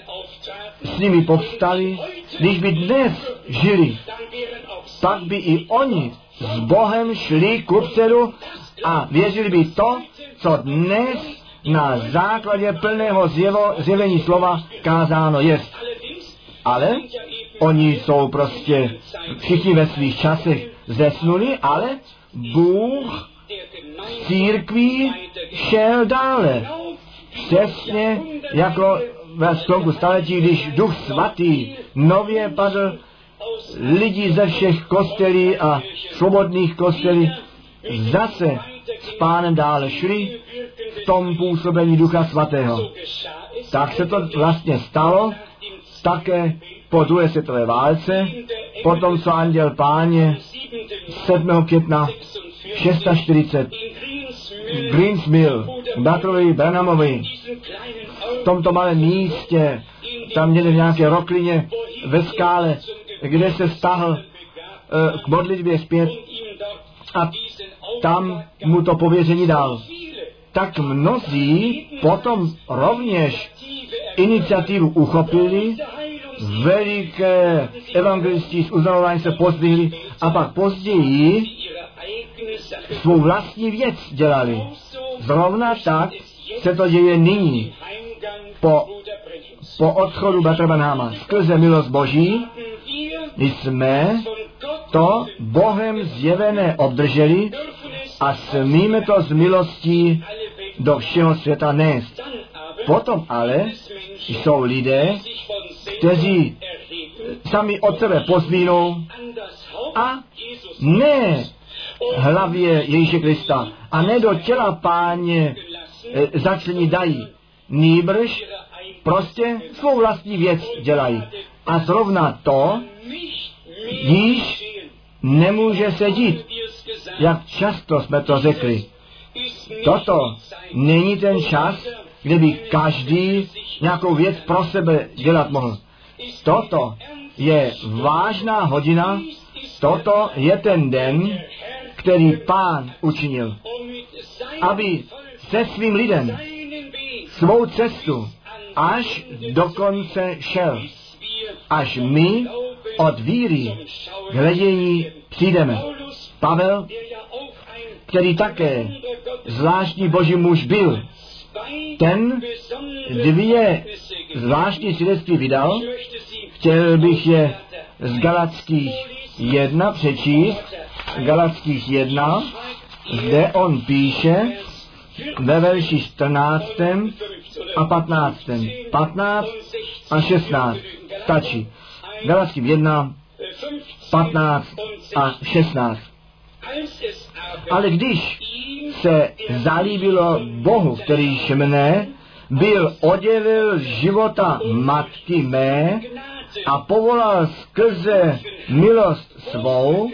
s nimi povstali, když by dnes žili, pak by i oni s Bohem šli kupředu a věřili by to, co dnes na základě plného zjevení slova kázáno jest. Ale oni jsou prostě všichni ve svých časech zesnuli, ale Bůh z církví šel dále. Přesně jako ve sklonku staletí, když Duch Svatý nově padl, lidi ze všech kostelí a svobodných kostelí zase s Pánem dále šli v tom působení Ducha Svatého. Tak se to vlastně stalo také po druhé světové válce, potom co anděl Páně 7. května 640 Greens Mill, bratrovi Branhamovi, v tomto malém místě, tam měli nějaké roklině ve skále, kde se stáhl k modlitbě zpět a tam mu to pověření dal. Tak mnozí potom rovněž iniciativu uchopili, veliké evangelistí z uzdravování se pozdvihli a pak později svou vlastní věc dělali. Zrovna tak se to děje nyní, po odchodu bratra Branhama. Skrze milost Boží jsme to Bohem zjevené obdrželi a smíme to z milostí do všeho světa nést. Potom ale jsou lidé, kteří sami od sebe pozvínou a ne hlavě Ježíše Krista a ne do těla Páně začlení dají. Nýbrž prostě svou vlastní věc dělají. A zrovna to již nemůže se dít. Jak často jsme to řekli. Toto není ten čas, kde by každý nějakou věc pro sebe dělat mohl. Toto je vážná hodina, toto je ten den, který Pán učinil, aby se svým lidem svou cestu až do konce šel, až my od víry k hledění přijdeme. Pavel, který také zvláštní boží muž byl, ten 2 zvláštní svědectví vydal. Chtěl bych je z Galackých 1 přečíst. Galackých 1, kde on píše ve verši 14. a 15. 15 a 16. Stačí. Galackým 1, 15 a 16. Ale když se zalíbilo Bohu, kterýž mne byl oddělil života matky mé a povolal skrze milost svou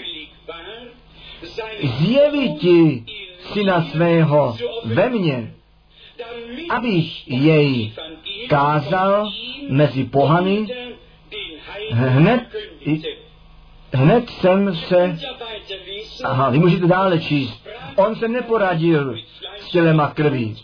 zjeviti syna svého ve mně, abych jej kázal mezi pohany. Hned jsem se... Aha, vy můžete dále číst. On se neporadil s tělem a krví.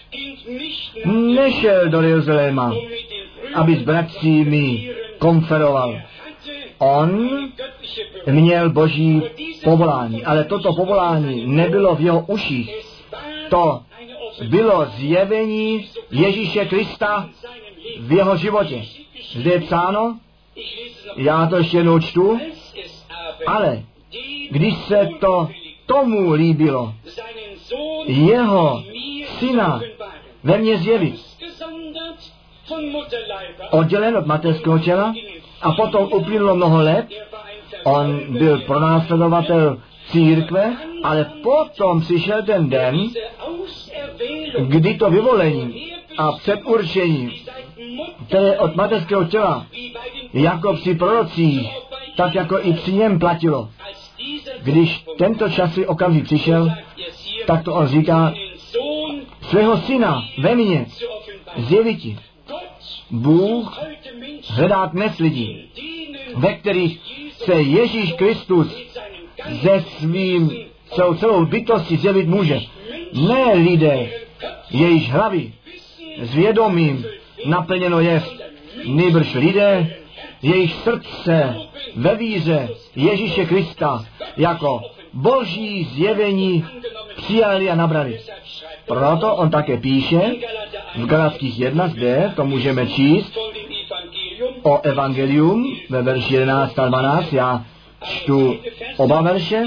Nešel do Jeruzaléma, aby s bratřími konferoval. On měl boží povolání, ale toto povolání nebylo v jeho uších. To bylo zjevení Ježíše Krista v jeho životě. Zde je psáno, já to ještě jednou čtu, ale když se to tomu líbilo, jeho syna ve mně zjevit, oddělen od mateřského těla, a potom uplynulo mnoho let, on byl pronásledovatel církve, ale potom přišel ten den, kdy to vyvolení a předurčení, které od mateřského těla, jako při prorocích, tak jako i při něm platilo. Když tento časový okamžik přišel, tak to on říká, svého syna ve mně zjeviti. Bůh hledá dnes lidí, ve kterých se Ježíš Kristus se svým celou bytostí zjevit může. Ne lidé, jejíž hlavy s vědomím naplněno je, nýbrž lidé, jejich srdce ve víře Ježíše Krista jako boží zjevení přijali a nabrali. Proto on také píše v Galackých 1, zde to můžeme číst o evangelium ve verši 11 a 12. Já čtu oba verše.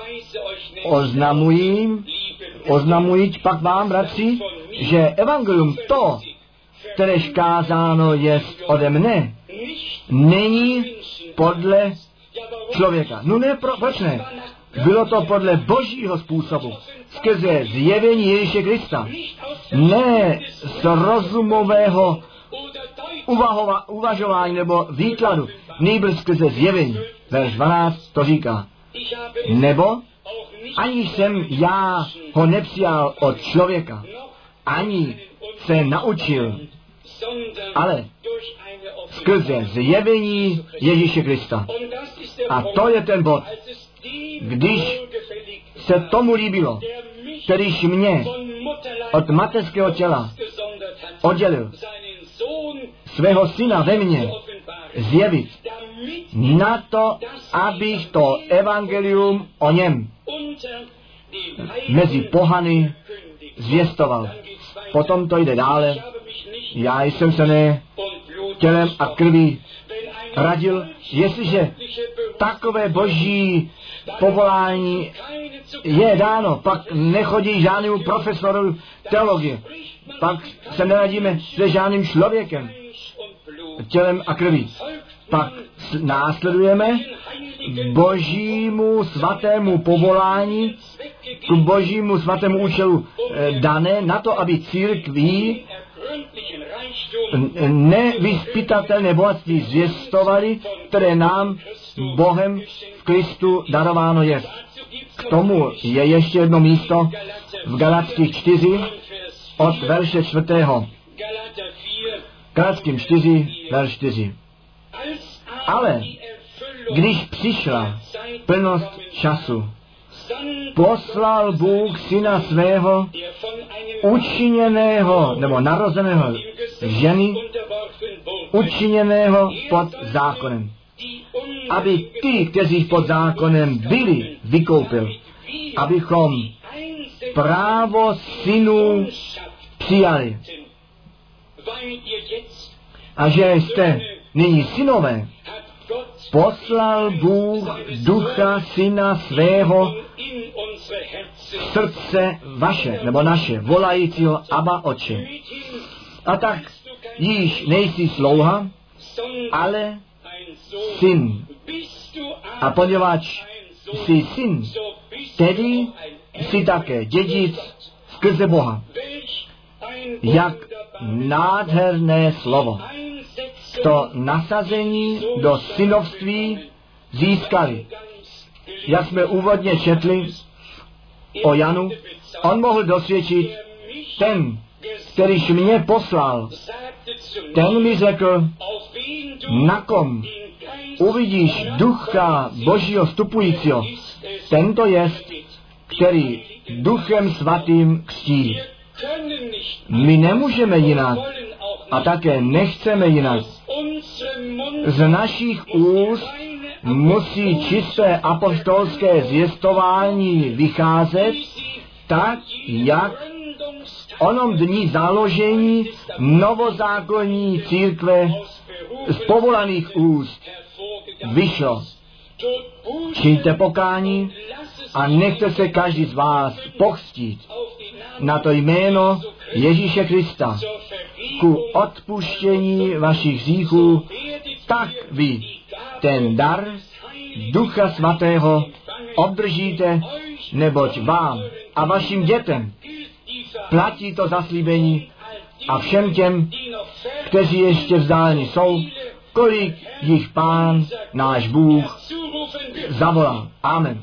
Oznamuji pak vám, bratři, že evangelium to, kteréž kázáno je ode mne, není podle člověka. No ne, proč ne? Bylo to podle božího způsobu, skrze zjevení Ježíše Krista. Ne z rozumového uvažování nebo výkladu, nýbrž skrze zjevení. Verš 12 to říká. Nebo ani jsem já ho nepřijal od člověka, ani se naučil, ale skrze zjevení Ježíše Krista. A to je ten bod, když se tomu líbilo, kterýž mě od mateřského těla oddělil, svého syna ve mně zjevit, na to, abych to evangelium o něm mezi pohany zvěstoval. Potom to jde dále. Já jsem se ne tělem a krví radil, jestliže takové boží povolání je dáno, pak nechodí žádnému profesoru teologie. Pak se neradíme se žádným člověkem, tělem a krví. Pak následujeme božímu svatému povolání, k božímu svatému účelu dané na to, aby církví nevyzpytatelné bohatství zvěstovali, které nám Bohem v Kristu darováno je. K tomu je ještě jedno místo v Galatských 4 od verše 4. Galatským 4, verš 4. Ale když přišla plnost času, poslal Bůh syna svého, učiněného, nebo narozeného ženy, učiněného pod zákonem, aby ty, kteří pod zákonem byli, vykoupil, abychom právo synů přijali. A že jste nyní synové, poslal Bůh ducha syna svého srdce vaše, nebo naše, volajícího Abba Otče. A tak již nejsi slouha, ale syn. A poněvadž jsi syn, tedy jsi také dědic skrze Boha. Jak nádherné slovo. To nasazení do synovství získali. Jak jsme úvodně četli o Janu, on mohl dosvědčit, ten, kterýž mě poslal, ten mi řekl, na kom uvidíš ducha Božího vstupujícího, tento jest, který duchem svatým křtí. My nemůžeme jinak a také nechceme jinak. Z našich úst musí čisté apoštolské zvěstování vycházet tak, jak onom dní založení novozákonní církve z povolaných úst vyšlo. Čiňte pokání a nechte se každý z vás pokřtít na to jméno Ježíše Krista ku odpuštění vašich hříchů, tak vy ten dar Ducha Svatého obdržíte, neboť vám a vašim dětem platí to zaslíbení a všem těm, kteří ještě vzdáleni jsou, kolik jich Pán, náš Bůh, zavolal. Amen.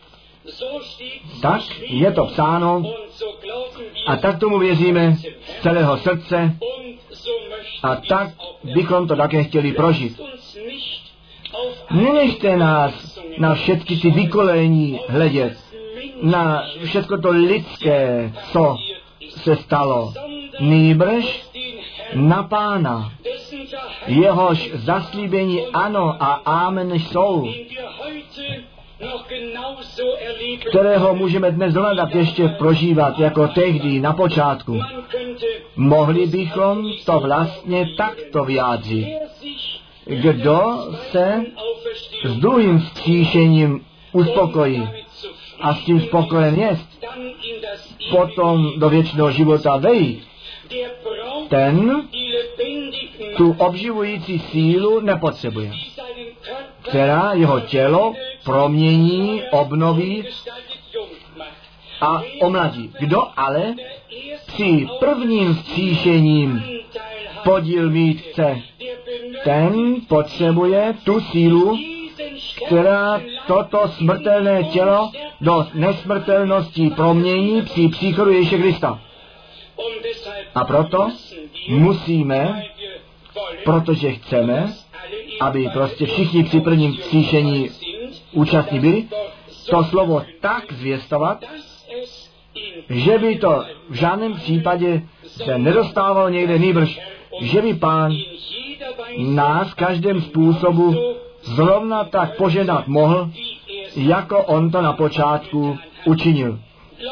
Tak je to psáno a tak tomu věříme z celého srdce a tak bychom to také chtěli prožít. Nenechte nás na všetky ty vykolení hledět, na všechno to lidské, co se stalo, nýbrž na Pána, jehož zaslíbení ano a amen jsou, kterého můžeme dnes dohledat ještě prožívat jako tehdy na počátku. Mohli bychom to vlastně takto vyjádřit. Kdo se s druhým vzkříšením uspokojí a s tím spokojen jest, potom do věčného života vejít, ten tu obživující sílu nepotřebuje, která jeho tělo promění, obnoví a omladí. Kdo ale při prvním vzkříšením podíl mít chce, ten potřebuje tu sílu, která toto smrtelné tělo do nesmrtelnosti promění při příchodu Ježíše Krista. A proto musíme, protože chceme, aby prostě všichni při prvním vzkříšení účastní byli, to slovo tak zvěstovat, že by to v žádném případě se nedostávalo někde nýbrž, že by Pán nás každém způsobu zrovna tak požehnat mohl, jako on to na počátku učinil.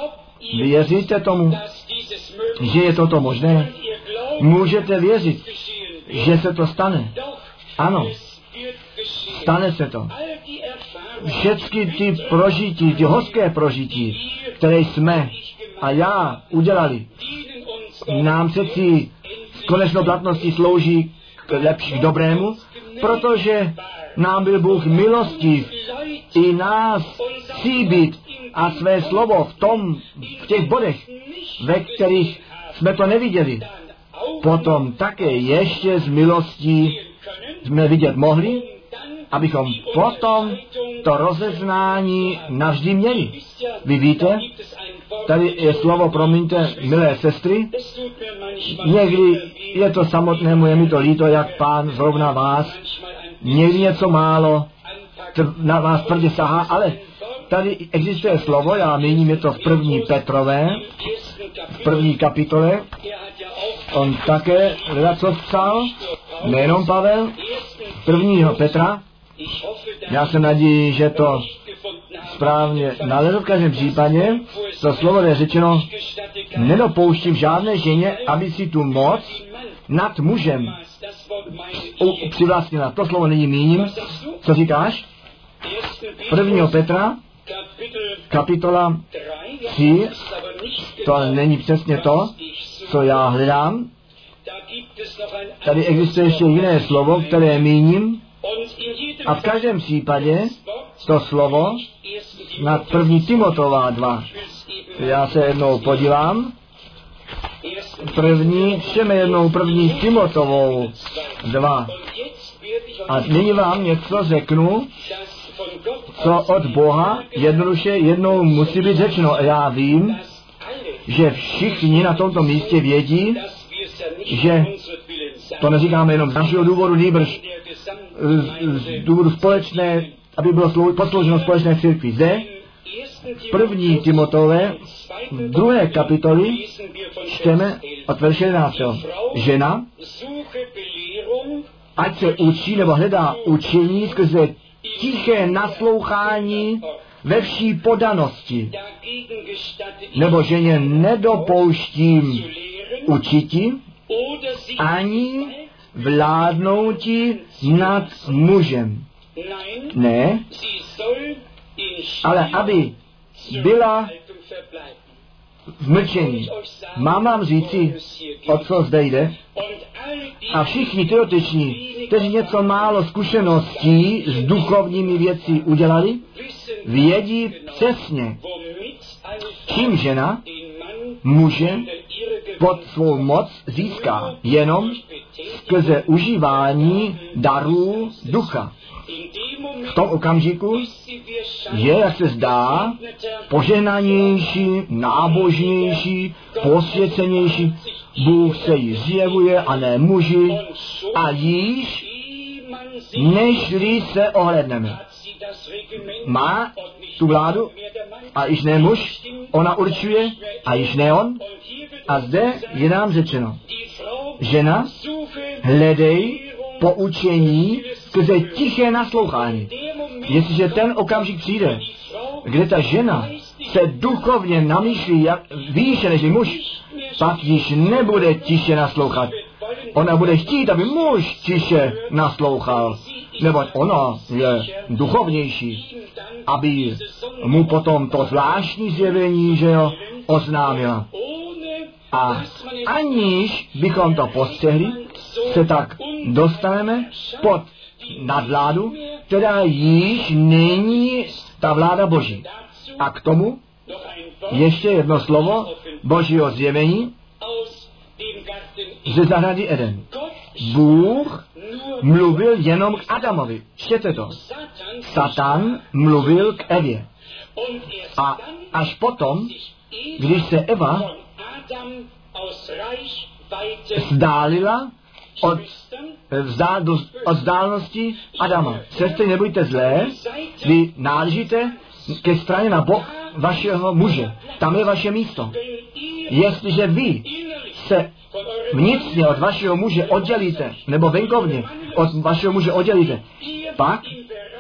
Věříte tomu, že je toto možné? Můžete věřit, že se to stane? Ano, stane se to. Všechny ty prožití, ty hořké prožití, které jsme a já udělali, nám přeci s konečnou platností slouží k dobrému, protože nám byl Bůh milostiv i nás slíbit a své slovo v těch bodech, ve kterých jsme to neviděli, potom také ještě z milostí jsme vidět mohli, abychom potom to rozeznání navždy měli. Vy víte, tady je slovo, promiňte, milé sestry, někdy je to samotnému, je mi to líto, jak Pán zrovna vás, někdy něco málo na vás tvrdě sahá, ale tady existuje slovo, já míním, je to v 1. Petrové, v 1. kapitole, on také co psal, nejenom Pavel, 1. Petra, já se naději, že to správně nalezl. V každém případě to slovo je řečeno, nedopouštím žádné ženě, aby si tu moc nad mužem přivlastnila. To slovo není míním. Co říkáš? 1. Petra, kapitola 3, to není přesně to, co já hledám. Tady existuje ještě jiné slovo, které míním. A v každém případě to slovo na 1. Timotová 2. Já se jednou podívám. Čteme jednou 1. Timotovou 2. A nyní vám něco řeknu, co od Boha jednoduše jednou musí být řečeno. Já vím, že všichni na tomto místě vědí, že to neříkáme jenom z našeho důvodu, nýbrž z důvodu společné, aby bylo poslouženo společné církvi. Zde 1. Timotové 2. kapitoly čteme od verše 11. Žena, ať se učí nebo hledá učení skrze tiché naslouchání ve vší podanosti, nebo ženě nedopouštím učiti, ani vládnouti nad mužem. Ne, ale aby byla v mlčení. Mám vám říci, o co zde jde? A všichni ty dotyční, kteří něco málo zkušeností s duchovními věci udělali, vědí přesně, čím žena muže pod svou moc získá jenom skrze užívání darů ducha. V tom okamžiku je, jak se zdá, požehnanější, nábožnější, posvěcenější. Bůh se jí zjevuje a ne muži a již, nežli se ohlédneme. Má tu vládu a již ne muž, ona určuje a již ne on. A zde je nám řečeno, žena, hledej poučení skrze tiché naslouchání. Jestliže ten okamžik přijde, kde ta žena se duchovně namýšlí výše než muž, pak již nebude tiše naslouchat. Ona bude chtít, aby muž tiše naslouchal, neboť ona je duchovnější, aby mu potom to zvláštní zjevení, že jo, oznámila. A aniž bychom to postřehli, se tak dostaneme pod nadvládu, která již není ta vláda Boží. A k tomu ještě jedno slovo Božího zjevení ze zahrady Eden. Bůh mluvil jenom k Adamovi. Čtěte to. Satan mluvil k Evě. A až potom, když se Eva vzdálila od vzdálenosti Adama. Sestry, nebojte zlé, vy náležíte ke straně na bok vašeho muže. Tam je vaše místo. Jestliže vy se vnitřně od vašeho muže oddělíte, nebo venkovně od vašeho muže oddělíte, pak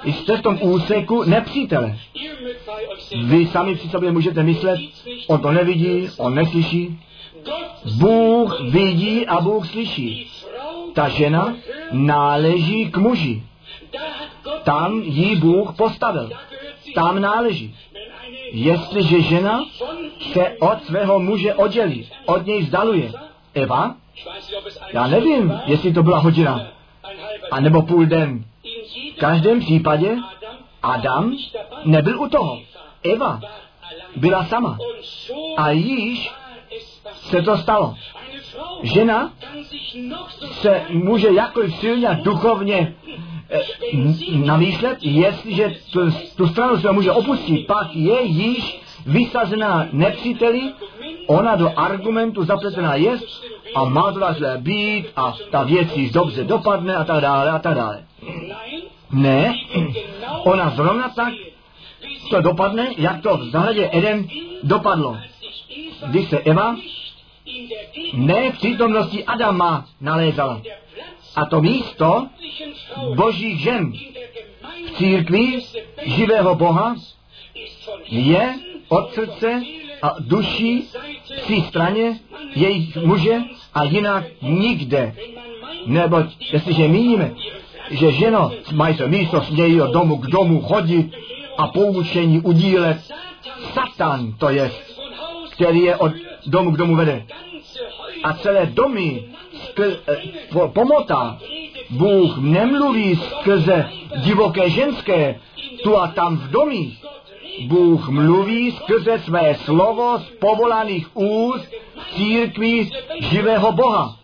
jste v tom úseku nepřítele. Vy sami při sobě můžete myslet, on to nevidí, on neslyší. Bůh vidí a Bůh slyší. Ta žena náleží k muži. Tam jí Bůh postavil. Tam náleží. Jestliže žena se od svého muže oddělí, od něj vzdaluje. Eva? Já nevím, jestli to byla hodina, anebo půl den. V každém případě Adam nebyl u toho. Eva byla sama. A již se to stalo. Žena se může jakkoliv silně a duchovně namýšlet, jestliže tu stranu se může opustit, pak je již vysazená nepříteli, ona do argumentu zapletená je a má to zle být a ta věc již dobře dopadne a tak dále a tak dále. Ne, ona zrovna tak to dopadne, jak to v zahradě Eden dopadlo. Když se Eva ne v přítomnosti Adama nalézala. A to místo božích žen v církvi živého Boha je od srdce a duší při straně jejich muže a jinak nikde. Neboť jestliže míníme, že ženo mají se místo smějí od domu k domu chodit a poučení udílet, Satan to je, který je od domu k domu vede. A celé domy pomotá. Bůh nemluví skrze divoké ženské, tu a tam v domích. Bůh mluví skrze své slovo z povolaných úst v církvi živého Boha.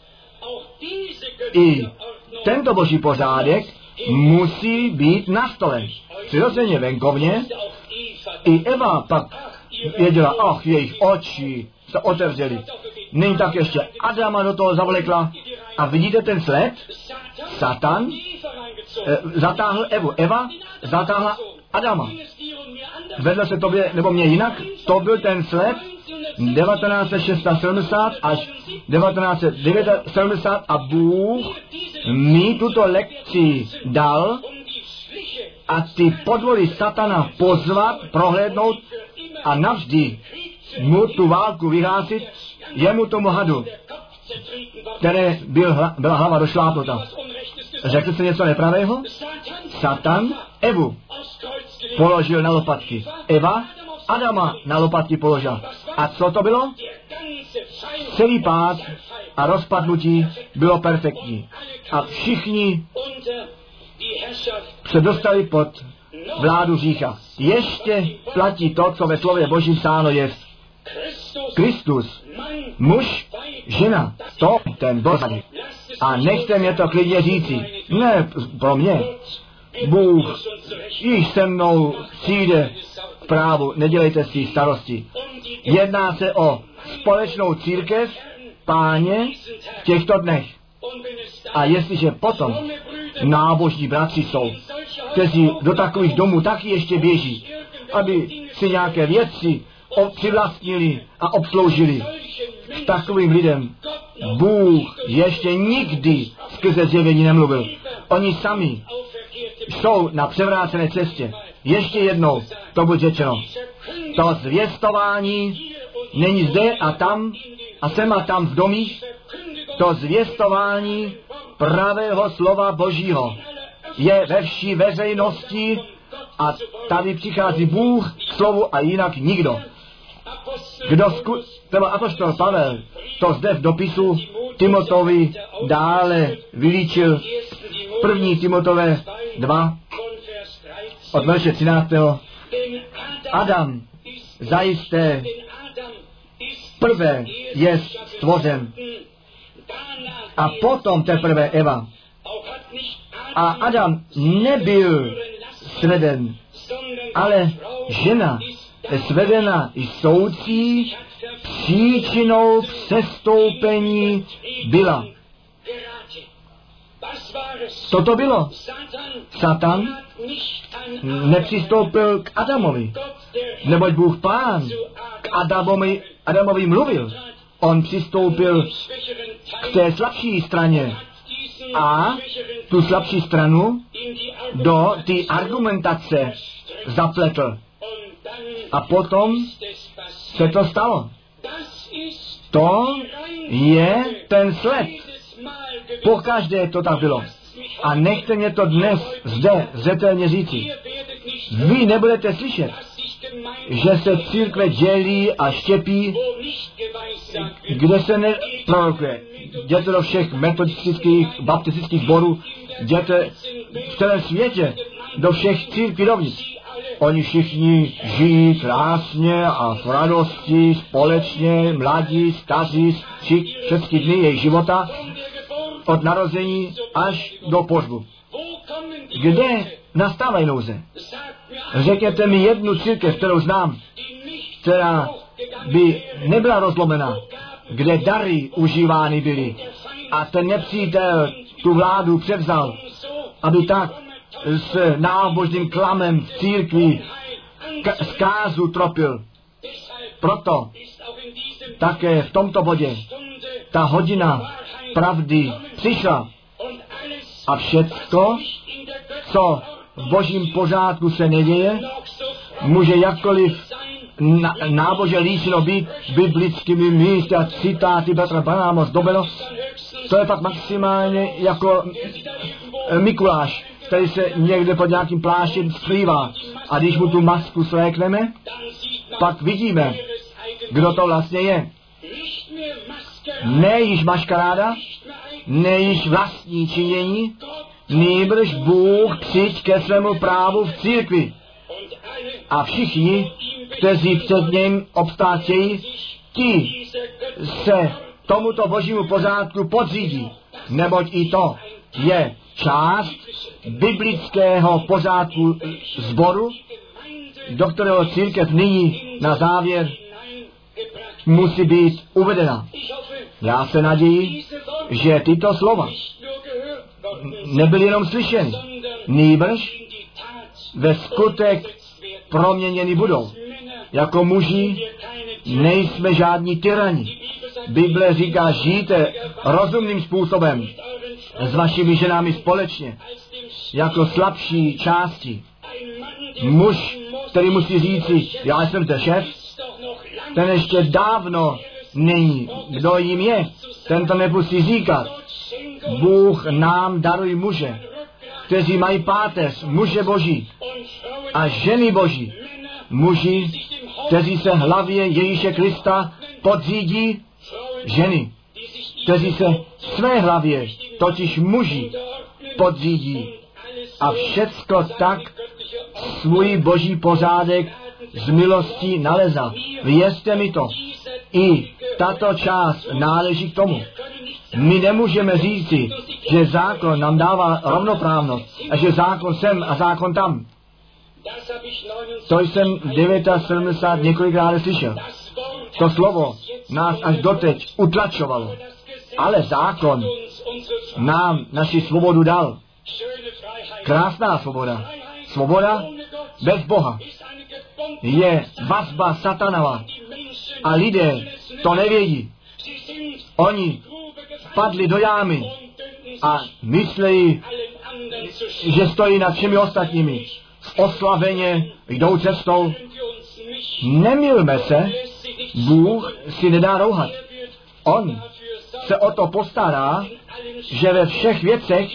I tento boží pořádek musí být na stole. Přirozeně venkovně. I Eva pak věděla, jejich oči se otevřely. Nyní tak ještě Adama do toho zavlekla. A vidíte ten sled? Satan zatáhl Evu. Eva zatáhla Adama. Vedle se tobě, nebo mě jinak, to byl ten sled 1970 až 1970 a Bůh mi tuto lekci dal a ty podvody Satana pozvat, prohlédnout a navždy mu tu válku vyhlásit, jemu tomu hadu, které byla hlava došlápnuta. Řekl se něco nepravého? Satan Evu položil na lopatky. Eva Adama na lopatky položila. A co to bylo? Celý pád a rozpadnutí bylo perfektní. A všichni se dostali pod vládu hřícha. Ještě platí to, co ve slově Božím psáno je. Kristus, muž, žena, to ten Boh. A nechte mě to klidně říci. Ne pro mě. Bůh již se mnou přijde v právu, nedělejte si starosti. Jedná se o společnou církev, Páně, v těchto dnech. A jestliže potom nábožní bratři jsou, kteří do takových domů taky ještě běží, aby si nějaké věci přivlastnili a obsloužili, k takovým lidem Bůh ještě nikdy skrze zjevení nemluvil. Oni sami jsou na převrácené cestě. Ještě jednou to bude řečeno. To zvěstování není zde a tam a sem a tam v domích. To zvěstování pravého slova Božího je ve vší veřejnosti a tady přichází Bůh k slovu a jinak nikdo. Třeba apoštol Pavel to zde v dopisu Timotovi dále vylíčil 1. Timotové 2 od verše 13. Adam zajisté prvé je stvořen a potom teprve Eva. A Adam nebyl sveden, ale žena svedena jsoucí příčinou přestoupení byla. Co to bylo? Satan nepřistoupil k Adamovi, neboť Bůh Pán k Adamovi mluvil. On přistoupil k té slabší straně a tu slabší stranu do té argumentace zapletl. A potom se to stalo. To je ten sled. Pokaždé to tak bylo. A nechte mě to dnes zde zřetelně říci. Vy nebudete slyšet, že se církve dělí a štěpí, kde se neprorokuje. Jděte do všech metodistických, baptistických sborů, jděte v celém světě, do všech církví dovnitř. Oni všichni žijí krásně a v radosti, společně, mladí, staří, všechny dny jejich života, od narození až do pohřbu. Kde nastávají nouze? Řekněte mi jednu církev, kterou znám, která by nebyla rozlomená, kde dary užívány byly a ten nepřítel tu vládu převzal, aby tak s nábožným klamem v církvi zkázu tropil. Proto také v tomto bodě ta hodina pravdy přišla a všecko, co v božím pořádku se neděje, může jakkoliv nábože líčeno být biblickými místy a citáty Petra Banáma zdobeno. To je pak maximálně jako Mikuláš, který se někde pod nějakým pláštěm skrývá. A když mu tu masku slékneme, pak vidíme, kdo to vlastně je. Ne již maškaráda, ne již vlastní činění, nýbrž Bůh přijď ke svému právu v církvi. A všichni, kteří před něm obstátějí, ti se tomuto božímu pořádku podřídí, neboť i to je část biblického pořádku sboru, do kterého církev nyní na závěr musí být uvedena. Já se naději, že tyto slova nebyly jenom slyšeny, nýbrž ve skutek proměněny budou. Jako muži nejsme žádní tyrani. Bible říká, žijte rozumným způsobem s vašimi ženami společně, jako slabší části. Muž, který musí říci, já jsem ten šéf, ten ještě dávno není. Kdo jim je, ten to nemusí říkat. Bůh nám daruje muže, kteří mají páteř, muže boží a ženy boží. Muži, kteří se hlavě Ježíše Krista podřídí, ženy, kteří se své hlavě, totiž muži, podřídí. A všecko tak svůj boží pořádek z milostí nalezá. Věřte mi to. I tato část náleží k tomu. My nemůžeme říci, že zákon nám dává rovnoprávnost a že zákon sem a zákon tam. To jsem 79 několikrát slyšel. To slovo nás až doteď utlačovalo. Ale zákon nám naši svobodu dal. Krásná svoboda. Svoboda bez Boha je vazba satanova. A lidé to nevědí. Oni padli do jámy a myslejí, že stojí nad všemi ostatními. Oslaveně jdou cestou. Nemilme se, Bůh si nedá rouhat. On se o to postará, že ve všech věcech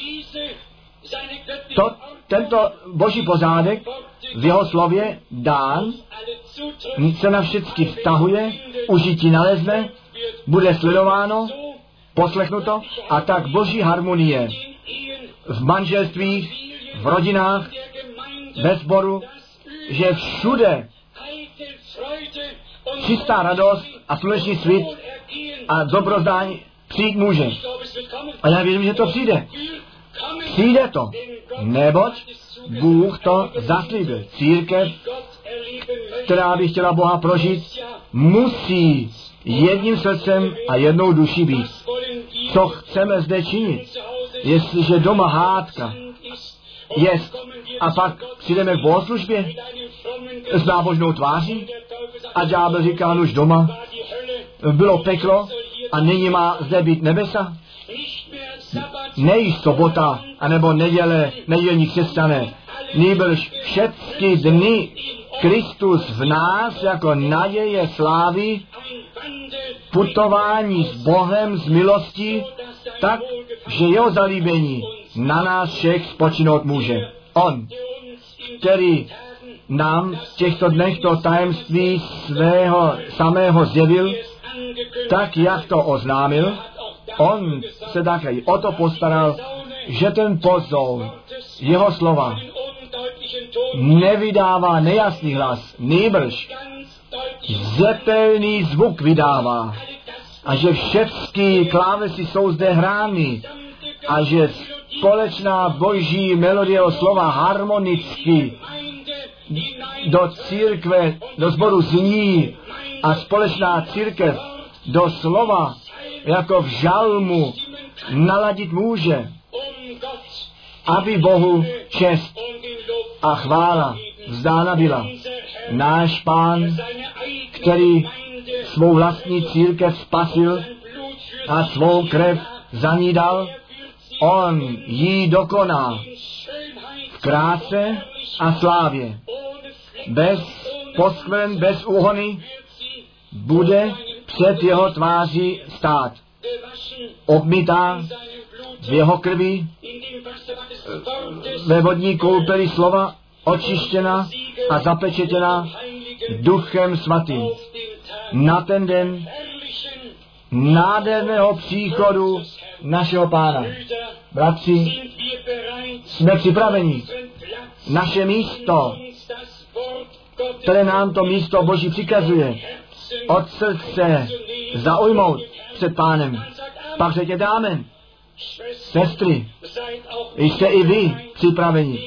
tento boží pořádek v jeho slově dán se na všechny vztahuje, užití nalezne, bude sledováno, poslechnuto a tak boží harmonie v manželstvích, v rodinách, ve sboru, že všude čistá radost a sluneční svit a dobrozdání přijít může. A já věřím, že to přijde. Přijde to, neboť Bůh to zaslíbil. Církev, která by chtěla Boha prožít, musí jedním srdcem a jednou duší být. Co chceme zde činit? Jestliže doma hádka jest a pak přijdeme k bohoslužbě s nábožnou tváří a ďábel říká, už doma bylo peklo a nyní má zde být nebesa. nejiž sobota, anebo neděle, nedělní křesťané, nýbrž všechny dny Kristus v nás jako naděje slávy, putování s Bohem z milosti, tak, že jeho zalíbení na nás všech spočinout může. On, který nám v těchto dnech to tajemství svého samého zjevil, tak jak to oznámil, on se také o to postaral, že ten pozov jeho slova nevydává nejasný hlas, nýbrž zřetelný zvuk vydává a že všechny klávesy jsou zde hrány a že společná boží melodie slova harmonicky do církve, do sboru zní a společná církev do slova jako v žalmu naladit může, aby Bohu čest a chvála vzdána byla. Náš Pán, který svou vlastní církev spasil a svou krev za ní dal, on ji dokoná v kráse a slávě. Bez poskvrn, bez úhony bude před jeho tváří stát. Obmytá v jeho krvi, ve vodní koupeli slova, očištěna a zapečetěna Duchem Svatým. Na ten den nádherného příchodu našeho Pána. Bratři, jsme připraveni. Naše místo, které nám to místo Boží přikazuje, od srdce zaujmout před Pánem. Pak řekněte amen. Sestry, jste i vy připraveni.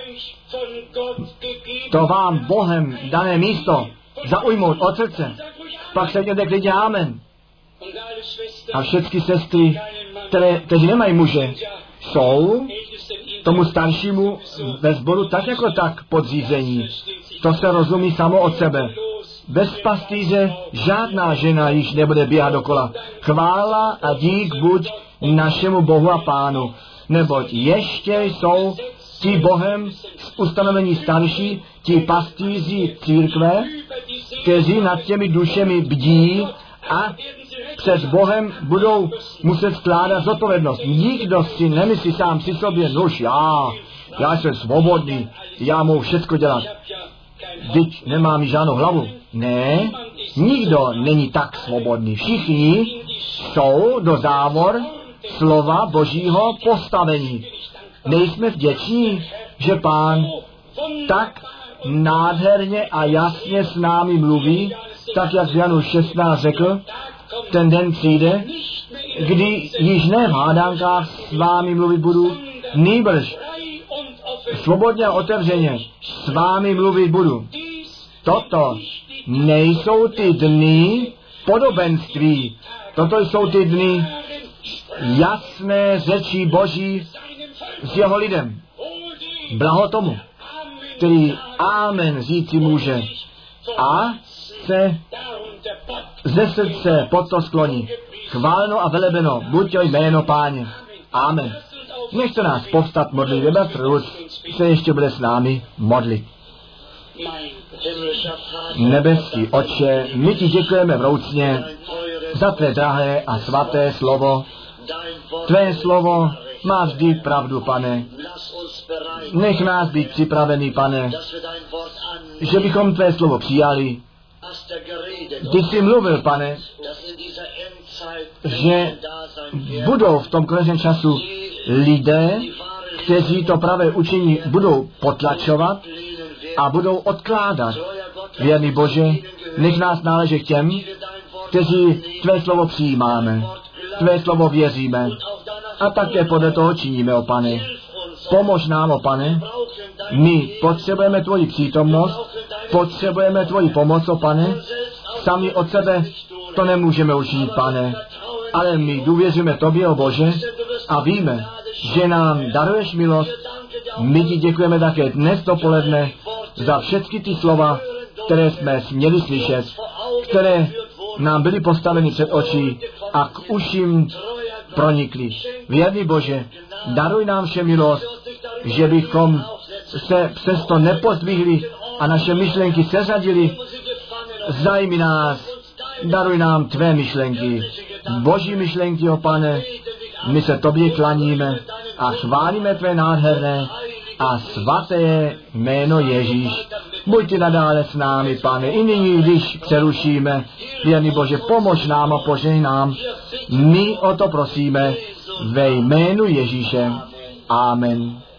To vám Bohem dané místo zaujmout od srdce. Pak řekněte klidně amen. A všechny sestry, kteří nemají muže, jsou tomu staršímu ve sboru tak jako tak podřízení. To se rozumí samo od sebe. Bez pastýře žádná žena již nebude běhat dokola. Chvála a dík buď našemu Bohu a Pánu, neboť ještě jsou ti Bohem ustanovení starší, ti pastýři církve, kteří nad těmi dušemi bdí a před Bohem budou muset skládat zodpovědnost. Nikdo si nemyslí sám si sobě, nož já jsem svobodný, já mohu všecko dělat. Vždyť nemám žádnou hlavu. Ne, nikdo není tak svobodný. Všichni jsou do závor slova Božího postavení. Nejsme vděční, že Pán tak nádherně a jasně s námi mluví, tak jak Janu 16 řekl, ten den přijde, kdy již ne v hádankách s vámi mluvit budu, nýbrž svobodně a otevřeně s vámi mluvit budu. Toto nejsou ty dny podobenství, toto jsou ty dny jasné řeči Boží s jeho lidem. Blaho tomu, který amen říci může a se ze srdce pod to skloní. Chváleno a velebeno buď to jméno Páně. Amen. Nechte nás povstat modlit, bratr Rus se ještě bude s námi modlit. Nebeský Otče, my ti děkujeme vroucně za tvé drahé a svaté slovo. Tvé slovo má vždy pravdu, Pane. Nech nás být připravený, Pane, že bychom tvé slovo přijali. Ty jsi mluvil, Pane, že budou v tom konečném času lidé, kteří to pravé učení budou potlačovat a budou odkládat. Věrný Bože, nech nás náležet k těm, kteří tvé slovo přijímáme, tvé slovo věříme a také podle toho činíme, o Pane. Pomož nám, o Pane, my potřebujeme tvoji přítomnost, potřebujeme tvoji pomoc, o Pane, sami od sebe to nemůžeme učinit, Pane, ale my důvěříme tobě, o Bože, a víme, že nám daruješ milost. My ti děkujeme také dnes dopoledne za všechny ty slova, které jsme směli slyšet, které nám byly postaveny před oči a k uším pronikli. Věrný Bože, daruj nám všem milost, že bychom se přesto nepozdvihli a naše myšlenky seřadili. Zajmi nás, daruj nám tvé myšlenky, Boží myšlenky, o Pane. My se tobě klaníme a chválíme tvé nádherné a svaté jméno Ježíš. Buď ty nadále s námi, Pane, i nyní, když přerušíme. Věrný Bože, pomož nám a požehnej nám. My o to prosíme ve jménu Ježíše. Amen.